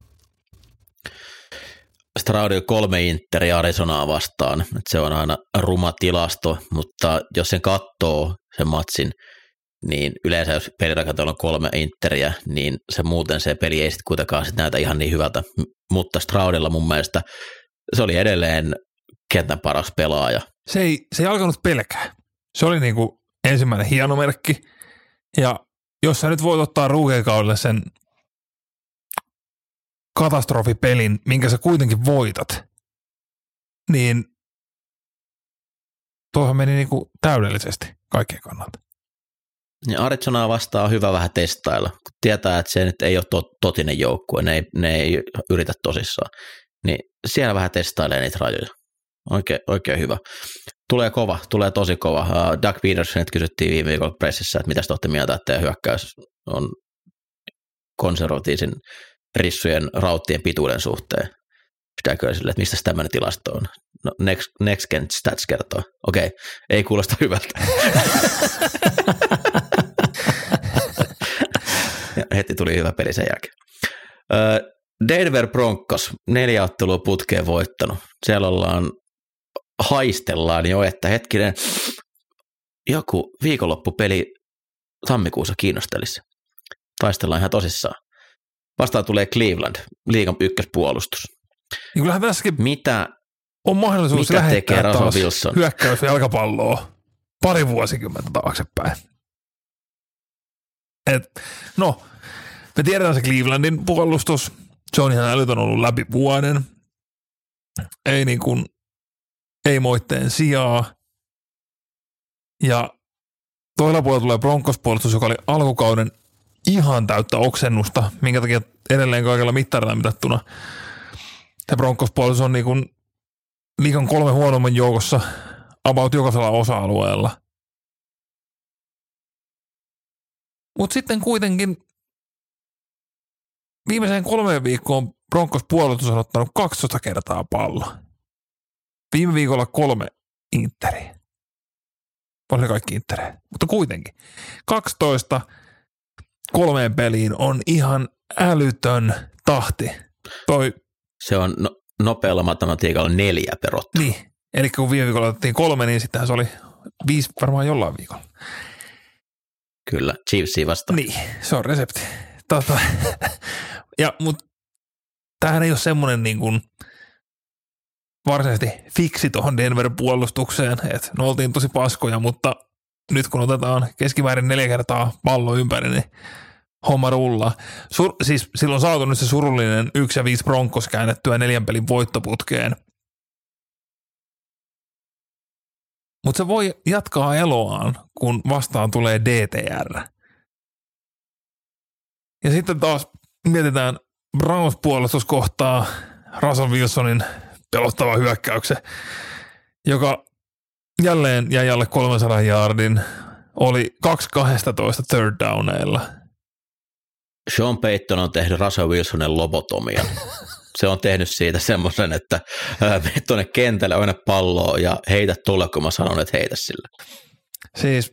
Stroud 3 Interia Arizonaa vastaan, että se on aina ruma tilasto, mutta jos sen katsoo sen matsin, niin yleensä jos pelirakenteella on 3 Interiä, niin se peli ei sitten kuitenkaan sit näytä ihan niin hyvältä, mutta Stroudilla mun mielestä se oli edelleen kentän paras pelaaja.
Se ei alkanut pelkää. Se oli niinku ensimmäinen hieno merkki, ja jos sä nyt voit ottaa ruukekaudelle sen katastrofipelin, minkä sä kuitenkin voitat, niin tuohan meni niinku täydellisesti kaikkien kannalta.
Ja Arizonaa vastaan on hyvä vähän testailla, kun tietää, että se nyt ei ole totinen joukkue, ne ei yritä tosissaan, niin siellä vähän testailee niitä rajoja. Oikein hyvä. Tulee tosi kova. Doug Petersonit kysyttiin viime viikolla pressissä, että mitä te olette mieltä, että teidän hyökkäys on konservatiivisen rissujen rauttien pituuden suhteen. Pitääkö sille, että mistä tämmöinen tilasto on? No, Next Gen Stats kertoo. Okei, ei kuulosta hyvältä. Ja heti tuli hyvä peli sen jälkeen. Denver Broncos, 4 ottelua putkeen voittanut. Siellä haistellaan jo, että hetkinen, joku viikonloppupeli tammikuussa kiinnostelisi. Taistellaan ihan tosissaan. Vastaan tulee Cleveland, liigan ykköspuolustus.
Niin kyllähän tässäkin on mahdollisuus
mitä
lähettää taas
Wilson?
Hyökkäys jalkapalloa pari vuosikymmentä taaksepäin. Me tiedetään se Clevelandin puolustus. Se on ihan älytön ollut läpi vuoden. Ei moitteen sijaa. Ja toisella puolella tulee Broncos-puolustus, joka oli alkukauden ihan täyttä oksennusta, minkä takia edelleen kaikilla mittarilla mitattuna. Ja Broncos-puolustus on liigan 3 huonomman joukossa about jokaisella osa-alueella. Mutta sitten kuitenkin viimeiseen 3 viikkoon Broncos-puolustus on ottanut 12 kertaa pallo. Viime viikolla 3 Interiä. Oli kaikki Interejä, mutta kuitenkin. 12 3 peliin on ihan älytön tahti.
Se on nopealla matematiikalla 4 per ottelu.
Niin, eli kun viime viikolla otettiin 3, niin sittenhän se oli 5 varmaan jollain viikolla.
Kyllä, Chiefsia vastaan.
Niin, se on resepti. Mutta tämähän ei ole semmoinen varsinaisesti fiksi tuohon Denver-puolustukseen, että ne oltiin tosi paskoja, mutta nyt kun otetaan keskimäärin 4 kertaa pallo ympäri, niin homma rullaa. Siis silloin on saatu nyt se surullinen 1 ja 5 Broncos käännettyä 4 pelin voittoputkeen. Mutta se voi jatkaa eloaan, kun vastaan tulee DTR. Ja sitten taas mietitään Browns-puolustus kohtaa Russell Wilsonin pelottava hyökkäyksen, joka jälleen jäi alle 300 yardin, oli 2-12 third downeilla.
Sean Payton on tehnyt Russell Wilsonin lobotomian. Se on tehnyt siitä semmoisen, että mene tuonne kentälle, aina palloa ja heitä tulle, kun mä sanon, että heitä sille.
Siis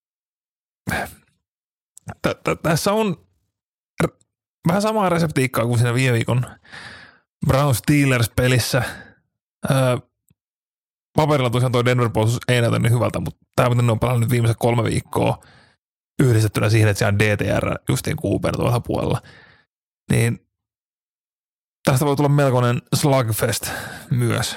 tässä on vähän samaa reseptiikkaa kuin siinä viime viikon Browns Steelers-pelissä. Paperilla tosiaan tuo Denver-puolustus ei näytä niin hyvältä, mutta tämä on pelannut nyt viimeiset 3 viikkoa yhdistettynä siihen, että siellä on DTR justiin Cooper tuolla puolella. Niin tästä voi tulla melkoinen slugfest myös.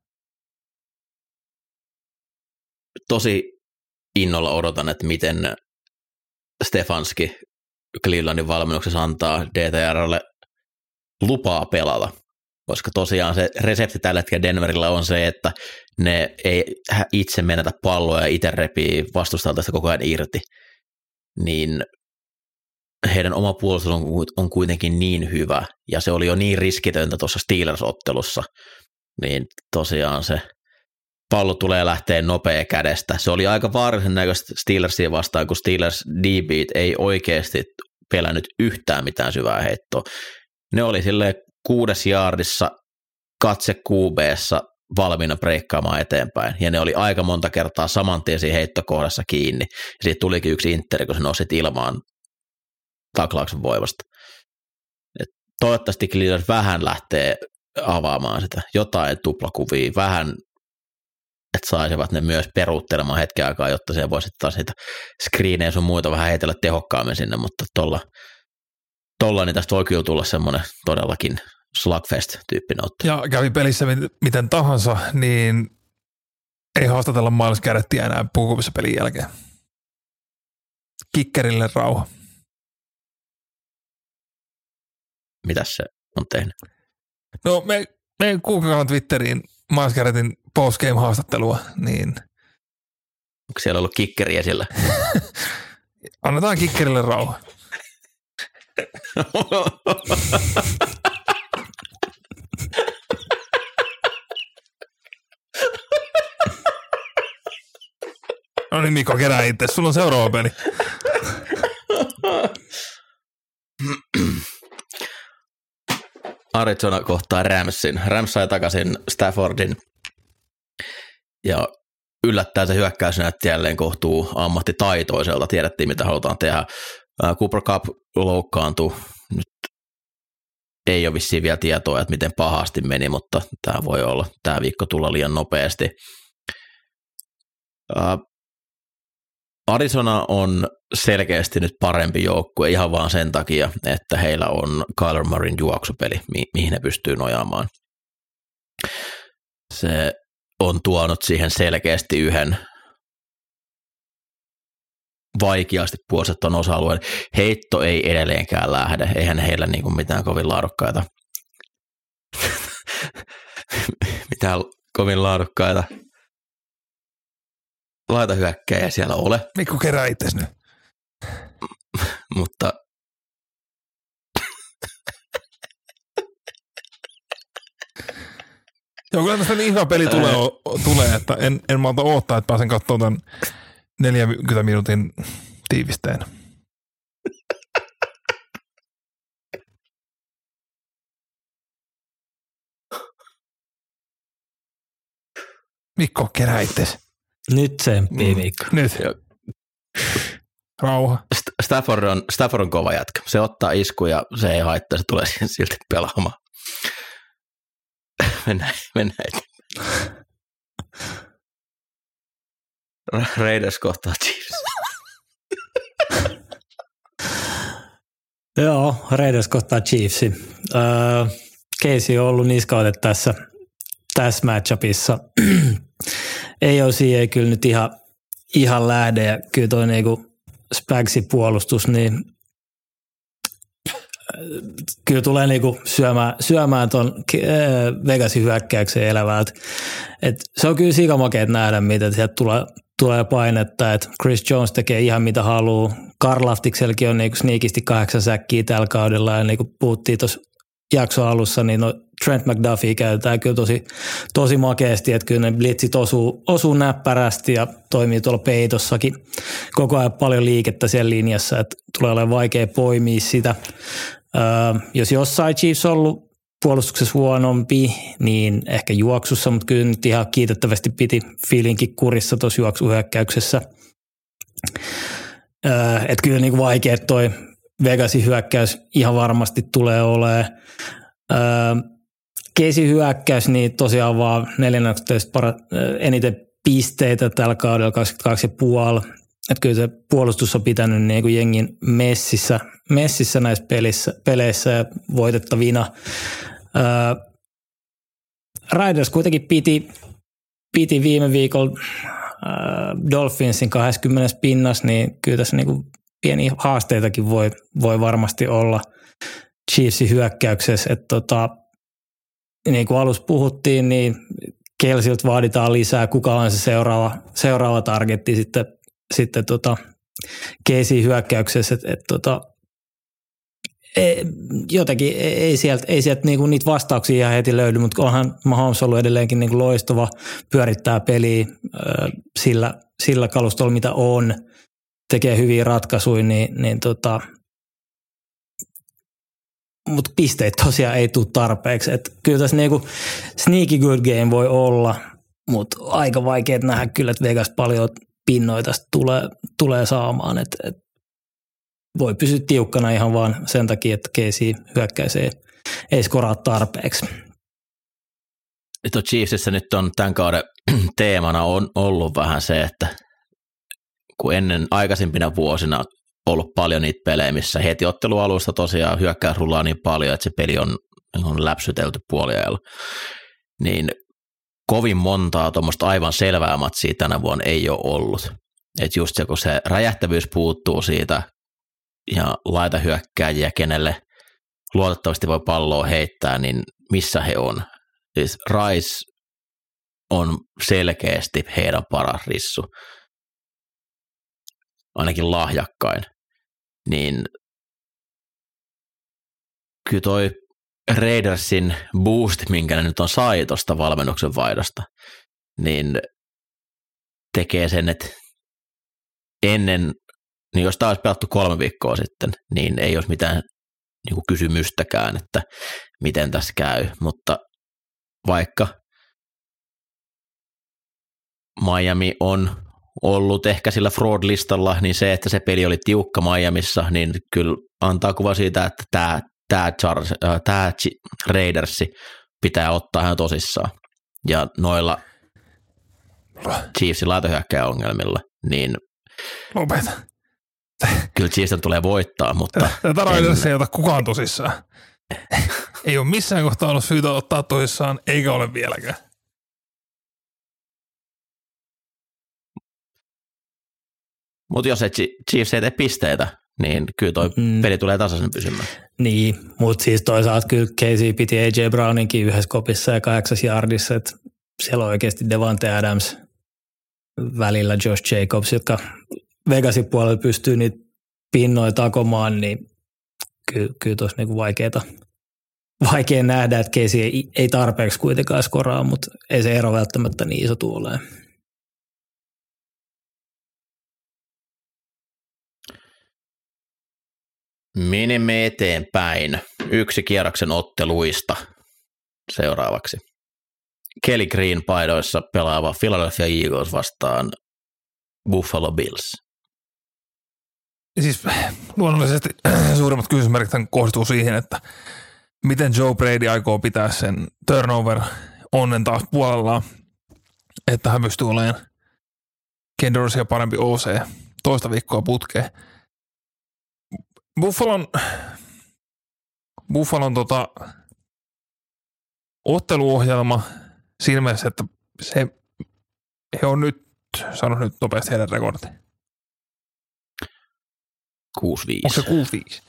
Tosi innolla odotan, että miten Stefanski Clevelandin valmennuksessa antaa DTRlle lupaa pelata, koska tosiaan se resepti tällä hetkellä Denverillä on se, että ne ei itse menetä palloa ja itse repii vastustajalta koko ajan irti, niin heidän oma puolustus on kuitenkin niin hyvä, ja se oli jo niin riskitöntä tuossa Steelers-ottelussa, niin tosiaan se pallo tulee lähteä nopea kädestä. Se oli aika vaarallisen näköistä Steelersia vastaan, kun Steelers DB:t ei oikeasti pelännyt yhtään mitään syvää heittoa. Ne oli silleen 6 yardissa katse QB:ssa valmiina breikkaamaan eteenpäin, ja ne oli aika monta kertaa saman tien siinä heittokohdassa kiinni, ja siitä tulikin yksi interi, kun se nousi ilmaan taklauksen voimasta. Et toivottavasti Cleveland vähän lähtee avaamaan sitä, jotain tuplakuvia, vähän, että saisivat ne myös peruuttelemaan hetken aikaa, jotta se voisi taas niitä screenejä sun muita vähän heitellä tehokkaammin sinne, mutta tolla niin tästä voi kyllä tulla semmoinen todellakin slugfest-tyyppinen otto. Ja
kävi pelissä miten tahansa, niin ei haastatella Miles Garrettia enää puhukuvissa pelin jälkeen. Kikkerille rauha.
Mitäs se on tehnyt?
No me googlaan Twitteriin Miles Garrettin postgame-haastattelua, niin
onko siellä ollut kikkeri esillä?
Annetaan kikkerille rauha. No niin, Mikko, kerää itse. Sulla on seuraava peli.
Arizona kohtaa Ramsin. Rams sai takaisin Staffordin ja yllättäen se hyökkäys näytti jälleen kohtuu ammattitaitoiselta. Tiedettiin, mitä halutaan tehdä. Cooper Kupp loukkaantui. Nyt ei ole vissiin vielä tietoa, että miten pahasti meni, mutta tämä voi olla tämä viikko tulla liian nopeasti. Arizona on selkeästi nyt parempi joukkue ihan vaan sen takia, että heillä on Kyler Murrayn juoksupeli, mihin he pystyy nojaamaan. Se on tuonut siihen selkeästi yhden vaikeasti puolustettavan osa-alueen. Heitto ei edelleenkään lähde, eihän heillä niinku mitään kovin laadukkaita laitahyökkäjä siellä ole.
Mikko, kerää itses nyt.
Mutta
joo, kyllä tästä niin hyvä peli tulee, että en malta odottaa, että pääsen katsomaan tämän 40 minuutin tiivisteen. Mikko, kerää itses.
Nyt tsemppii, Mikko.
Nyt. Rauha.
Stafford on kova jätkä. Se ottaa iskuja, se ei haittaa, se tulee silti pelaamaan. Mennään. Raiders kohtaa Chiefs.
Joo, Raiders kohtaa Chiefsi. Casey on ollut niskaudet tässä matchupissa. ei kyllä nyt ihan lähde ja kyllä toi niinku Spagsin puolustus, niin kyllä tulee niinku syömään ton Vegasin hyökkäyksen elävältä. Et se on kyllä sikamakeet nähdä, mitä sieltä tulee painetta, että Chris Jones tekee ihan mitä haluaa. Karlaftiksellakin on niinku sneakisti 8 säkkiä tällä kaudella ja niinku puhuttiin tuossa jakson alussa, niin Trent McDuffie käytetään kyllä tosi makeasti, että kyllä ne blitzit osuu näppärästi ja toimii tuolla peitossakin. Koko ajan paljon liikettä siellä linjassa, että tulee olemaan vaikea poimia sitä. Jos jossain Chiefs on ollut puolustuksessa huonompi, niin ehkä juoksussa, mutta kyllä nyt ihan kiitettävästi piti fiilinkin kurissa tuossa juoksuhyökkäyksessä. Että kyllä niin kuin vaikea toi Vegasin hyökkäys ihan varmasti tulee olemaan. Casey hyökkäys, niin tosiaan vaan 14 eniten pisteitä tällä kaudella, 22,5. Että kyllä se puolustus on pitänyt niin kuin jengin messissä näissä peleissä ja voitettavina. Raiders kuitenkin piti viime viikolla Dolphinsin 20 pinnas, niin kyllä tässä niin kuin pieniä haasteitakin voi varmasti olla Chiefsin hyökkäyksessä. Että niin kuin alussa puhuttiin, niin Kelsiltä vaaditaan lisää. Kuka on se seuraava targetti sitten Casey hyökkäyksessä. Jotenkin ei sieltä niinku niitä vastauksia ihan heti löydy, mutta onhan Mahomes ollut edelleenkin niinku loistava, pyörittää peliä sillä kalustolla, mitä on, tekee hyviä ratkaisuja, mutta pisteitä tosiaan ei tule tarpeeksi. Et kyllä tässä niinku sneaky good game voi olla, mutta aika vaikea nähdä kyllä, että Vegas paljon pinnoja tästä tulee saamaan. Et voi pysyä tiukkana ihan vaan sen takia, että Casey hyökkäys ei skoraa tarpeeksi.
Chiefsissä nyt on tämän kauden teemana on ollut vähän se, että kun ennen aikaisempina vuosina ollut paljon niitä pelejä, missä heti ottelualusta tosiaan hyökkäys rullaa niin paljon, että se peli on läpsytelty puoliajalla, niin kovin montaa tuommoista aivan selvää matsia tänä vuonna ei ole ollut. Että just se, kun se räjähtävyys puuttuu siitä ja laita hyökkääjiä, kenelle luotettavasti voi palloa heittää, niin missä he on? Siis Rice on selkeästi heidän paras rissu, ainakin lahjakkain. Niin kyllä toi Raidersin boost, minkä ne nyt on sai tuosta valmennuksen vaihdosta, niin tekee sen, että ennen, niin jos tämä olisi pelattu 3 viikkoa sitten, niin ei olisi mitään niin kuin kysymystäkään, että miten tässä käy, mutta vaikka Miami on ollut ehkä sillä fraud-listalla, niin se, että se peli oli tiukka Miamissa, niin kyllä antaa kuva siitä, että tämä Raidersi pitää ottaa ihan tosissaan. Ja noilla Chiefsin laitohyökkäjäongelmilla, niin
lopeta.
Kyllä Chiefs tulee voittaa, mutta
tätä Raidersia ei ota kukaan tosissaan. Ei ole missään kohtaa ollut syytä ottaa tosissaan, eikä ole vieläkään.
Mutta jos ei Chiefs ei tee pisteitä, niin kyllä toi peli tulee tasaisen pysymään.
Niin, mutta siis toisaalta kyllä Casey piti AJ Browninkin yhdessä kopissa ja 8 yardissa, että siellä on oikeasti Devante Adams välillä Josh Jacobs, jotka Vegasin puolella pystyy niitä pinnoja takomaan, niin kyllä tuossa niinku vaikea nähdä, että Casey ei tarpeeksi kuitenkaan skoraa, mutta ei se ero välttämättä niin iso tule.
Menemme eteenpäin. 1 kierroksen otteluista seuraavaksi. Kelly Green paidoissa pelaava Philadelphia Eagles vastaan Buffalo Bills.
Siis luonnollisesti suurimmat kysymysmerkit kohdistuu siihen, että miten Joe Brady aikoo pitää sen turnover-onnen taas puolellaan, että hän pystyy olemaan Ken Dorseya parempi OC toista viikkoa putkeen. Buffalon otteluohjelma siinä mielessä, että he on nyt, sano nyt nopeasti heidän rekordi.
6-5.
Onko se 6-5?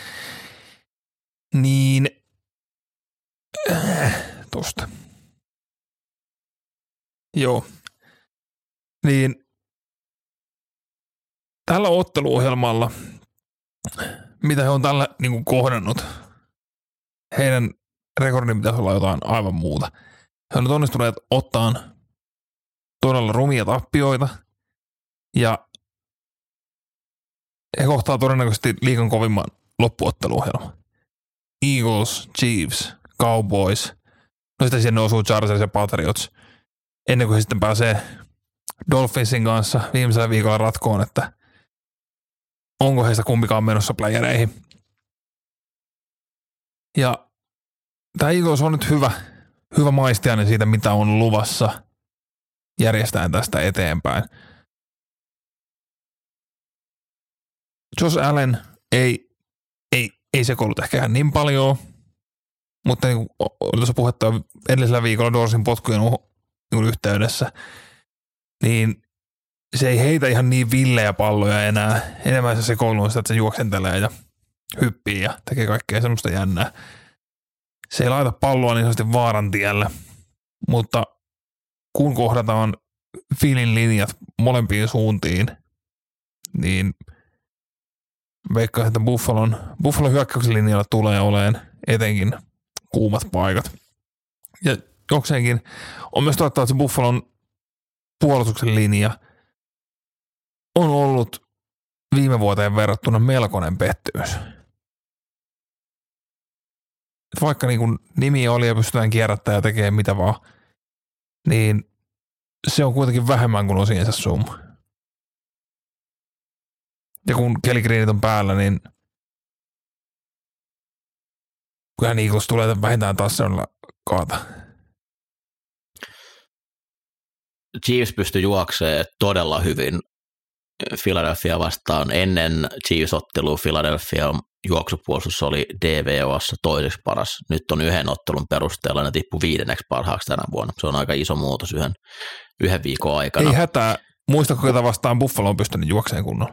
Niin, tosta. Joo. Niin, tällä otteluohjelmalla, mitä he on tällä niin kuin kohdannut, heidän rekordin pitäisi olla jotain aivan muuta. He on onnistuneet ottaan todella rumia tappioita ja he kohtaa todennäköisesti liigan kovimman loppuotteluohjelman. Eagles, Chiefs, Cowboys, no sitten sinne osuu Chargers ja Patriots, ennen kuin he sitten pääsee Dolphinsin kanssa viimeisellä viikolla ratkoon, että onko heistä kumpikaan menossa playereihin. Ja tämä Eagles on nyt hyvä maistiainen siitä, mitä on luvassa järjestään tästä eteenpäin. Josh Allen ei sekoillut ehkä ihan niin paljon, mutta niin oli tuossa puhetta edellisellä viikolla Dorsin potkujen yhteydessä, niin se ei heitä ihan niin villejä palloja enää. Enemmän se sekoiluu sitä, että se juoksentelee ja hyppii ja tekee kaikkea semmoista jännää. Se ei laita palloa niin sanotusti vaaran tiellä, mutta kun kohdataan Philin linjat molempiin suuntiin, niin veikkaan, että Buffalon hyökkäyksen linjalla tulee olemaan etenkin kuumat paikat. Ja jokseenkin on myös todettava, että se Buffalon puolustuksen linja on ollut viime vuoteen verrattuna melkoinen pettymys. Et vaikka niin kun nimi oli ja pystytään kierrättämään ja tekemään mitä vaan, niin se on kuitenkin vähemmän kuin osiensa summa. Ja kun Kelly Greenit on päällä, niin kyllähän Eagles tulee vähintään taas sellailla kaata.
Chiefs pystyi juoksemaan todella hyvin Philadelphia vastaan. Ennen Chiefs-ottelua Philadelphia juoksupuolustus oli DVO:ssa toiseksi paras. Nyt on 1 ottelun perusteella, ne tippui 5. parhaaksi tänä vuonna. Se on aika iso muutos yhden viikon aikana.
Ei hätää. Muistatko, ketä vastaan Buffalo on pystynyt juokseen kunnolla?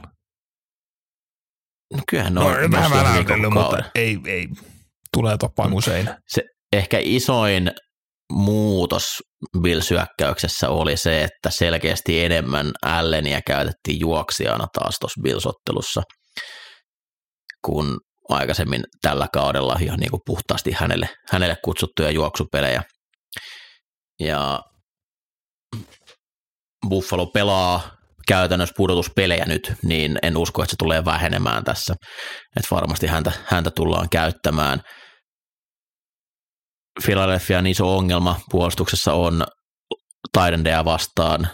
No kyllähän on
vähän väläytellyt, mutta ei. Tulee toppaan kuin seinä.
Se ehkä isoin muutos Bills-hyökkäyksessä oli se, että selkeästi enemmän Allenia käytettiin juoksijana taas tuossa Bills-ottelussa, kun aikaisemmin tällä kaudella ihan niin kuin puhtaasti hänelle kutsuttuja juoksupelejä. Ja Buffalo pelaa käytännössä pudotuspelejä nyt, niin en usko, että se tulee vähenemään tässä. Että varmasti häntä tullaan käyttämään. Philadelphian iso ongelma puolustuksessa on tight endeja vastaan.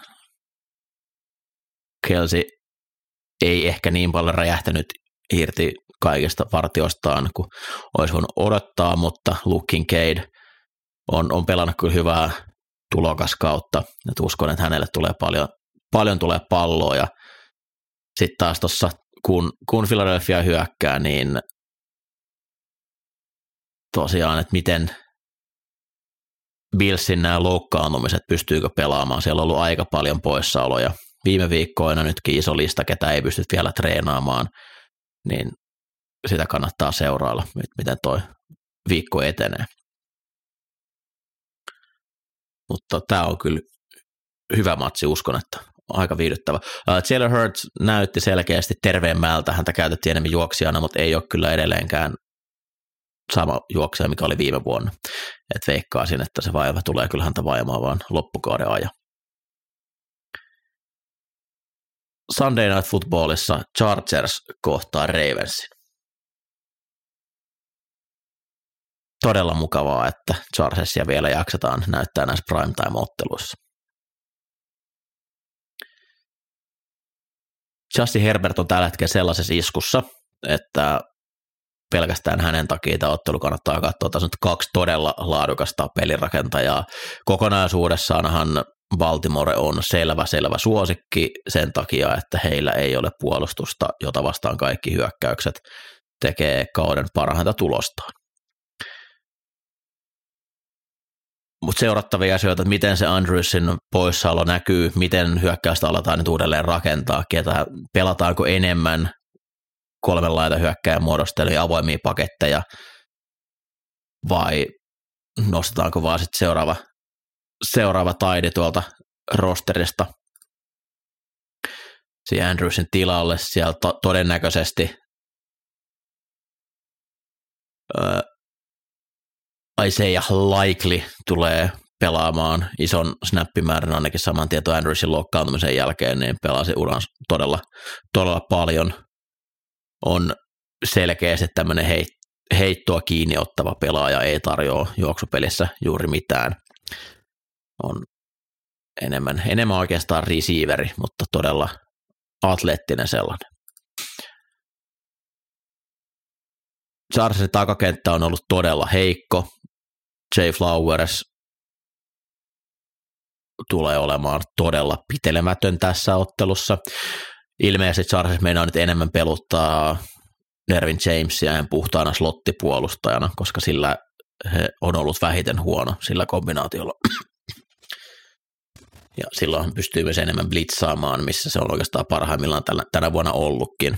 Kelsey ei ehkä niin paljon räjähtänyt irti kaikista partioistaan kuin olisi voinut odottaa, mutta Luke Kincaid on pelannut kyllä hyvää tulokaskautta. Et uskon, että hänelle tulee paljon tulee palloa ja sitten taas tuossa, kun Philadelphia hyökkää, niin tosiaan, että miten Billsin nämä loukkaantumiset, pystyykö pelaamaan. Siellä on ollut aika paljon poissaoloja. Viime viikkoina nytkin iso lista, ketä ei pysty vielä treenaamaan, niin sitä kannattaa seurailla, miten toi viikko etenee. Mutta tämä on kyllä hyvä matsi, uskon, että aika viihdyttävä. Jalen Hurts näytti selkeästi terveemmältä, häntä käytettiin enemmän juoksijana, mutta ei ole kyllä edelleenkään sama juoksija, mikä oli viime vuonna. Et veikkaasin, että se vaiva tulee kyllä häntä vaimaan vaan loppukauden ajan. Sunday Night Footballissa Chargers kohtaa Ravensin. Todella mukavaa, että Chargersia vielä jaksetaan näyttää näissä primetime-otteluissa. Justin Herbert on tällä hetkellä sellaisessa iskussa, että pelkästään hänen takia tämä ottelu kannattaa katsoa. Tässä on 2 todella laadukasta pelirakentajaa. Kokonaisuudessaanhan Baltimore on selvä suosikki sen takia, että heillä ei ole puolustusta, jota vastaan kaikki hyökkäykset tekee kauden parhainta tulostaan. Mutta seurattavia asioita, että miten se Andrewsin poissaolo näkyy, miten hyökkäystä aletaan nyt uudelleen rakentaa, pelataanko enemmän 3 laita hyökkääjän muodosteluja, avoimia paketteja, vai nostetaanko vaan sitten seuraava taidi tuolta rosterista siihen Andrewsin tilalle. Siellä todennäköisesti Isaiah Likely tulee pelaamaan ison snappimäärän ainakin saman tieto Andrewsin loukkaantumisen jälkeen, niin pelasi uran todella paljon. On selkeästi tämmöinen heittoa kiinni ottava pelaaja, ei tarjoa juoksupelissä juuri mitään. On enemmän oikeastaan receiveri, mutta todella atleettinen sellainen. Chargersin takakenttä on ollut todella heikko. Jay Flowers tulee olemaan todella pitelemätön tässä ottelussa. Ilmeisesti Chargers meinaa nyt enemmän peluttaa Derwin Jamesia ja puhtaana slottipuolustajana, koska sillä he on ollut vähiten huono sillä kombinaatiolla. Ja silloin pystyy myös enemmän blitzaamaan, missä se on oikeastaan parhaimmillaan tänä vuonna ollutkin.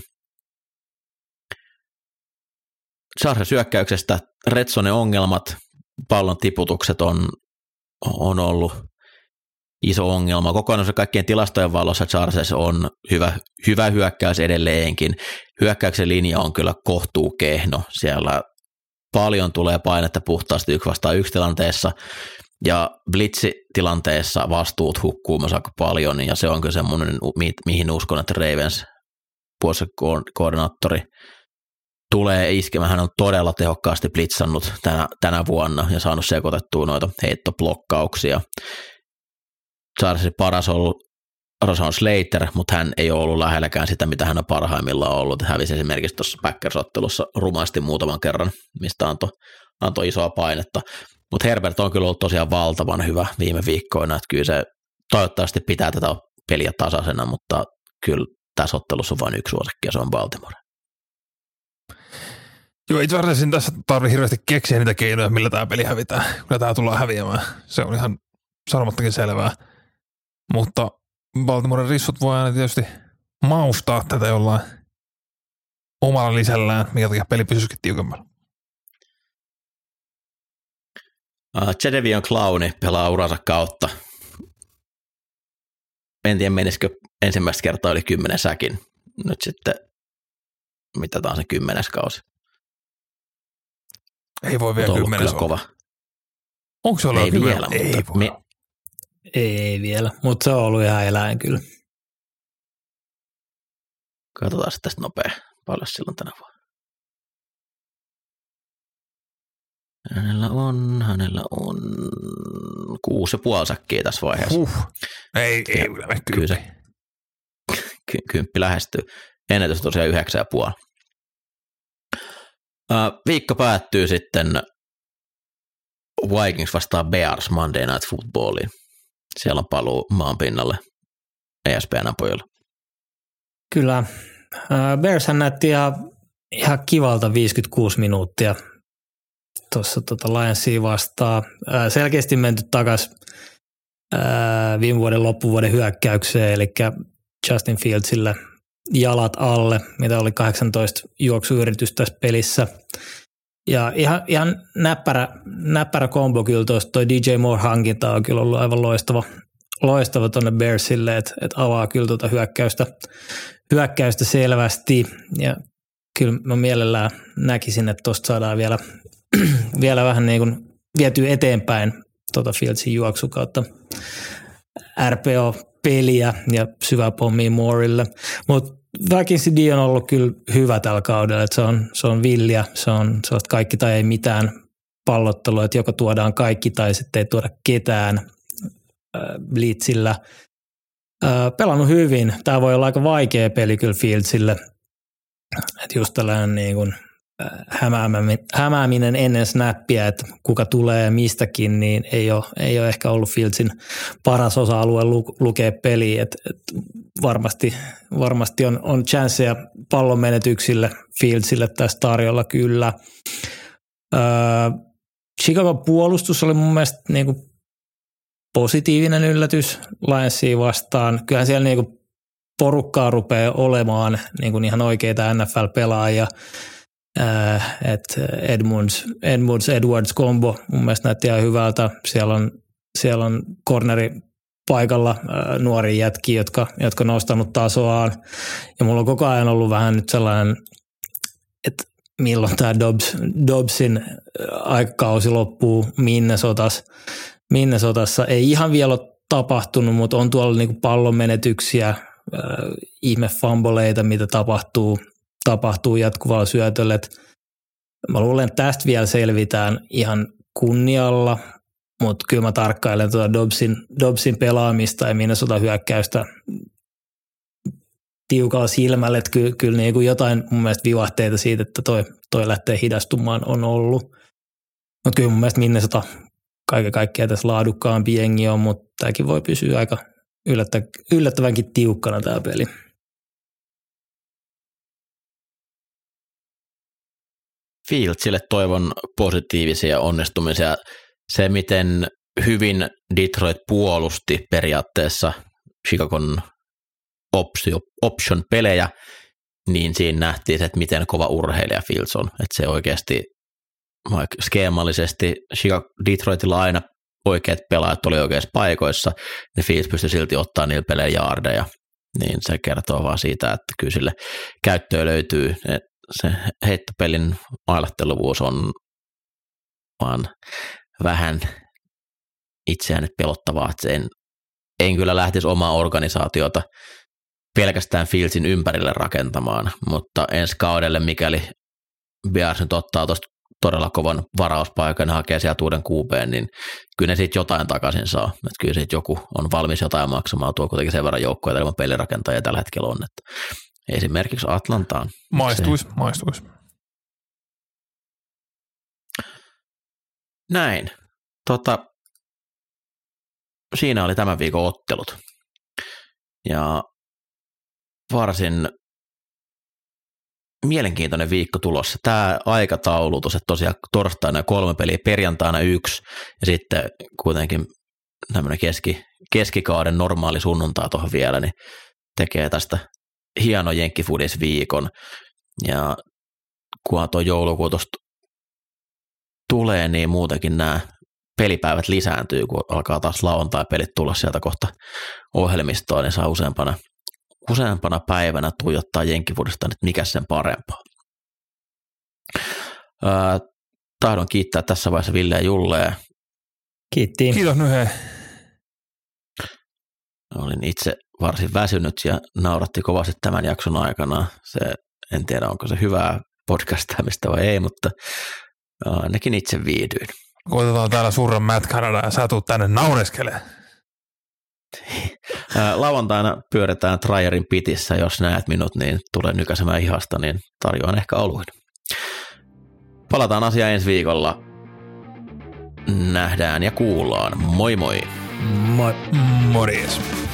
Chargers hyökkäyksestä red zone ongelmat, pallon tiputukset on ollut iso ongelma. Kokonaisuudessaan kaikkien tilastojen valossa Chargers on hyvä hyökkäys edelleenkin. Hyökkäyksen linja on kyllä kohtuu kehno. Siellä paljon tulee painetta puhtaasti 1-1 tilanteessa ja blitz-tilanteessa vastuut hukkuu myös aika paljon ja se on kyllä semmoinen, mihin uskon, että Ravens puolustuskoordinaattori tulee iskemään. Hän on todella tehokkaasti blitzannut tänä vuonna ja saanut sekoitettua noita heittoblokkauksia. Chargersin paras on ollut Rashawn Slater, mutta hän ei ole ollut lähelläkään sitä, mitä hän on parhaimmillaan ollut. Hävisi esimerkiksi tuossa Packers-ottelussa rumasti muutaman kerran, mistä antoi isoa painetta. Mutta Herbert on kyllä ollut tosiaan valtavan hyvä viime viikkoina, että kyllä se toivottavasti pitää tätä peliä tasaisena, mutta kyllä tässä ottelussa on vain yksi suosikki ja se on Baltimore.
Joo, itse asiassa tässä tarvitse hirveästi keksiä niitä keinoja, millä tämä peli hävitään. Kyllä tämä tullaan häviämään. Se on ihan sanomattakin selvää. Mutta Baltimoren rissut voi aina tietysti maustaa tätä jollain omalla lisällään, mikä takia peli pysyisikin tiukemmalla.
Jadeveon Clowni pelaa uransa kautta. En tiedä, menisikö ensimmäistä kertaa yli 10 säkin. Nyt sitten, mitä taas se 10. kausi.
Ei voi vielä 10 olla.
Kova.
Onko se ollut
vielä?
Ei vielä, mutta se on ollut ihan eläin kyllä.
Katsotaan sitten tästä nopea. Paljon silloin tänä vuonna. Hänellä on 6,5 säkkiä tässä vaiheessa.
Ei kyllä
kyllä se 10 lähestyy. Ennätys tosiaan 9,5. Viikko päättyy sitten Vikings vastaan Bears Monday Night Footballiin. Siellä on paluu maan pinnalle ESPN:n pojilla.
Kyllä. Bearshän näytti ihan kivalta 56 minuuttia tuossa Lionsia vastaan. Selkeästi menty takaisin viime vuoden loppuvuoden hyökkäykseen, eli Justin Fieldsille jalat alle, mitä oli 18 juoksuyritys tässä pelissä. Ja ihan näppärä kombo kyllä tuosta. Toi DJ Moore-hankinta on kyllä ollut aivan loistava tuonne Bearsille, että avaa kyllä tuota hyökkäystä selvästi. Ja kyllä mä mielellään näkisin, että tuosta saadaan vielä vähän niin kuin vietyä eteenpäin Fieldsin juoksukautta RPO-peliä ja syvä pommi Moorelle. Mutta Vikingsin D on ollut kyllä hyvä tällä kaudella, että se on villiä, se on sellaista kaikki tai ei mitään pallottelua, että joko tuodaan kaikki tai sitten ei tuoda ketään blitzillä. Pelannut hyvin. Tämä voi olla aika vaikea peli kyllä Fieldsille, että just tällainen niin kuin hämääminen ennen snappia, että kuka tulee mistäkin, niin ei ole ehkä ollut Fieldsin paras osa-alue lukea peliä, että varmasti on chanceja pallon menetyksille Fieldsille tässä tarjolla kyllä. Chicago puolustus oli mun mielestä niin kuin positiivinen yllätys Lionsia vastaan. Kyllähän siellä niin kuin porukkaa rupeaa olemaan niin kuin ihan oikeita NFL-pelaajia. Että Edmunds kombo mun mielestä näytti ihan hyvältä. Siellä on corneri paikalla nuoria jätkiä, jotka on nostanut tasoaan. Ja mulla on koko ajan ollut vähän nyt sellainen, että milloin tämä Dobbsin aikakausi loppuu Minnesotassa. Ei ihan vielä ole tapahtunut, mutta on tuolla niinku pallon menetyksiä, ihme fumbleita, mitä tapahtuu jatkuvalla syötöllä. Mä luulen, että tästä vielä selvitään ihan kunnialla, mutta kyllä mä tarkkailen Dobbsin pelaamista ja Minnesota hyökkäystä tiukalla silmällä, että kyllä niin kuin jotain mun mielestä vivahteita siitä, että toi lähtee hidastumaan on ollut. Mutta kyllä mun mielestä Minnesota kaiken kaikkiaan tässä laadukkaampi jengi on, mutta tämäkin voi pysyä aika yllättävänkin tiukkana tämä peli.
Fieldsille toivon positiivisia onnistumisia. Se, miten hyvin Detroit puolusti periaatteessa Chicagon option-pelejä, niin siinä nähtiin se, että miten kova urheilija Fields on. Että se oikeasti skeemallisesti Detroitilla aina oikeat pelaajat oli oikeissa paikoissa, niin Fields pystyi silti ottaa niillä peleillä jaardeja. Niin se kertoo vaan siitä, että kyllä sille käyttöä löytyy. Se heittopelin ailahteluvuus on vaan vähän itseään pelottavaa, että en kyllä lähtisi omaa organisaatiota pelkästään Fieldsin ympärille rakentamaan, mutta ensi kaudelle, mikäli Bears nyt ottaa tuosta todella kovan varauspaikan ja hakee sieltä uuden QB:n, niin kyllä ne siitä jotain takaisin saa. Että kyllä siitä joku on valmis jotain maksamaan, tuo kuitenkin sen verran joukkoja ilman pelirakentajia tällä hetkellä on, että esimerkiksi Atlantaan.
Maistuisi.
Näin. Siinä oli tämän viikon ottelut. Ja varsin mielenkiintoinen viikko tulossa. Tämä aikataulutus, että tosiaan torstaina 3 peliä, perjantaina 1 ja sitten kuitenkin tämmöinen keskikauden normaali sunnuntaa tuohon vielä, niin tekee tästä hieno jenkkifudis-viikon. Ja kunhan tuo joulukuu tuosta tulee, niin muutenkin nämä pelipäivät lisääntyy, kun alkaa taas lauantai-pelit tulla sieltä kohta ohjelmistoon, niin saa useampana päivänä tuijottaa jenkkifudista, että mikä sen parempaa. Tahdon kiittää tässä vaiheessa Ville ja Julle.
Kiitos
Nyhe.
Olin itse varsin väsynyt ja nauratti kovasti tämän jakson aikana. En tiedä, onko se hyvää podcastaamista vai ei, mutta ainakin itse viihdyin.
Koitetaan täällä surra Matt Canada ja sä tuut tänne naureskelemaan.
Lauantaina pyöritään Tryerin pitissä. Jos näet minut, niin tule nykäsemään ihasta, niin tarjoan ehkä oluin. Palataan asiaan ensi viikolla. Nähdään ja kuullaan. Moi moi!
Moi!
Morjes!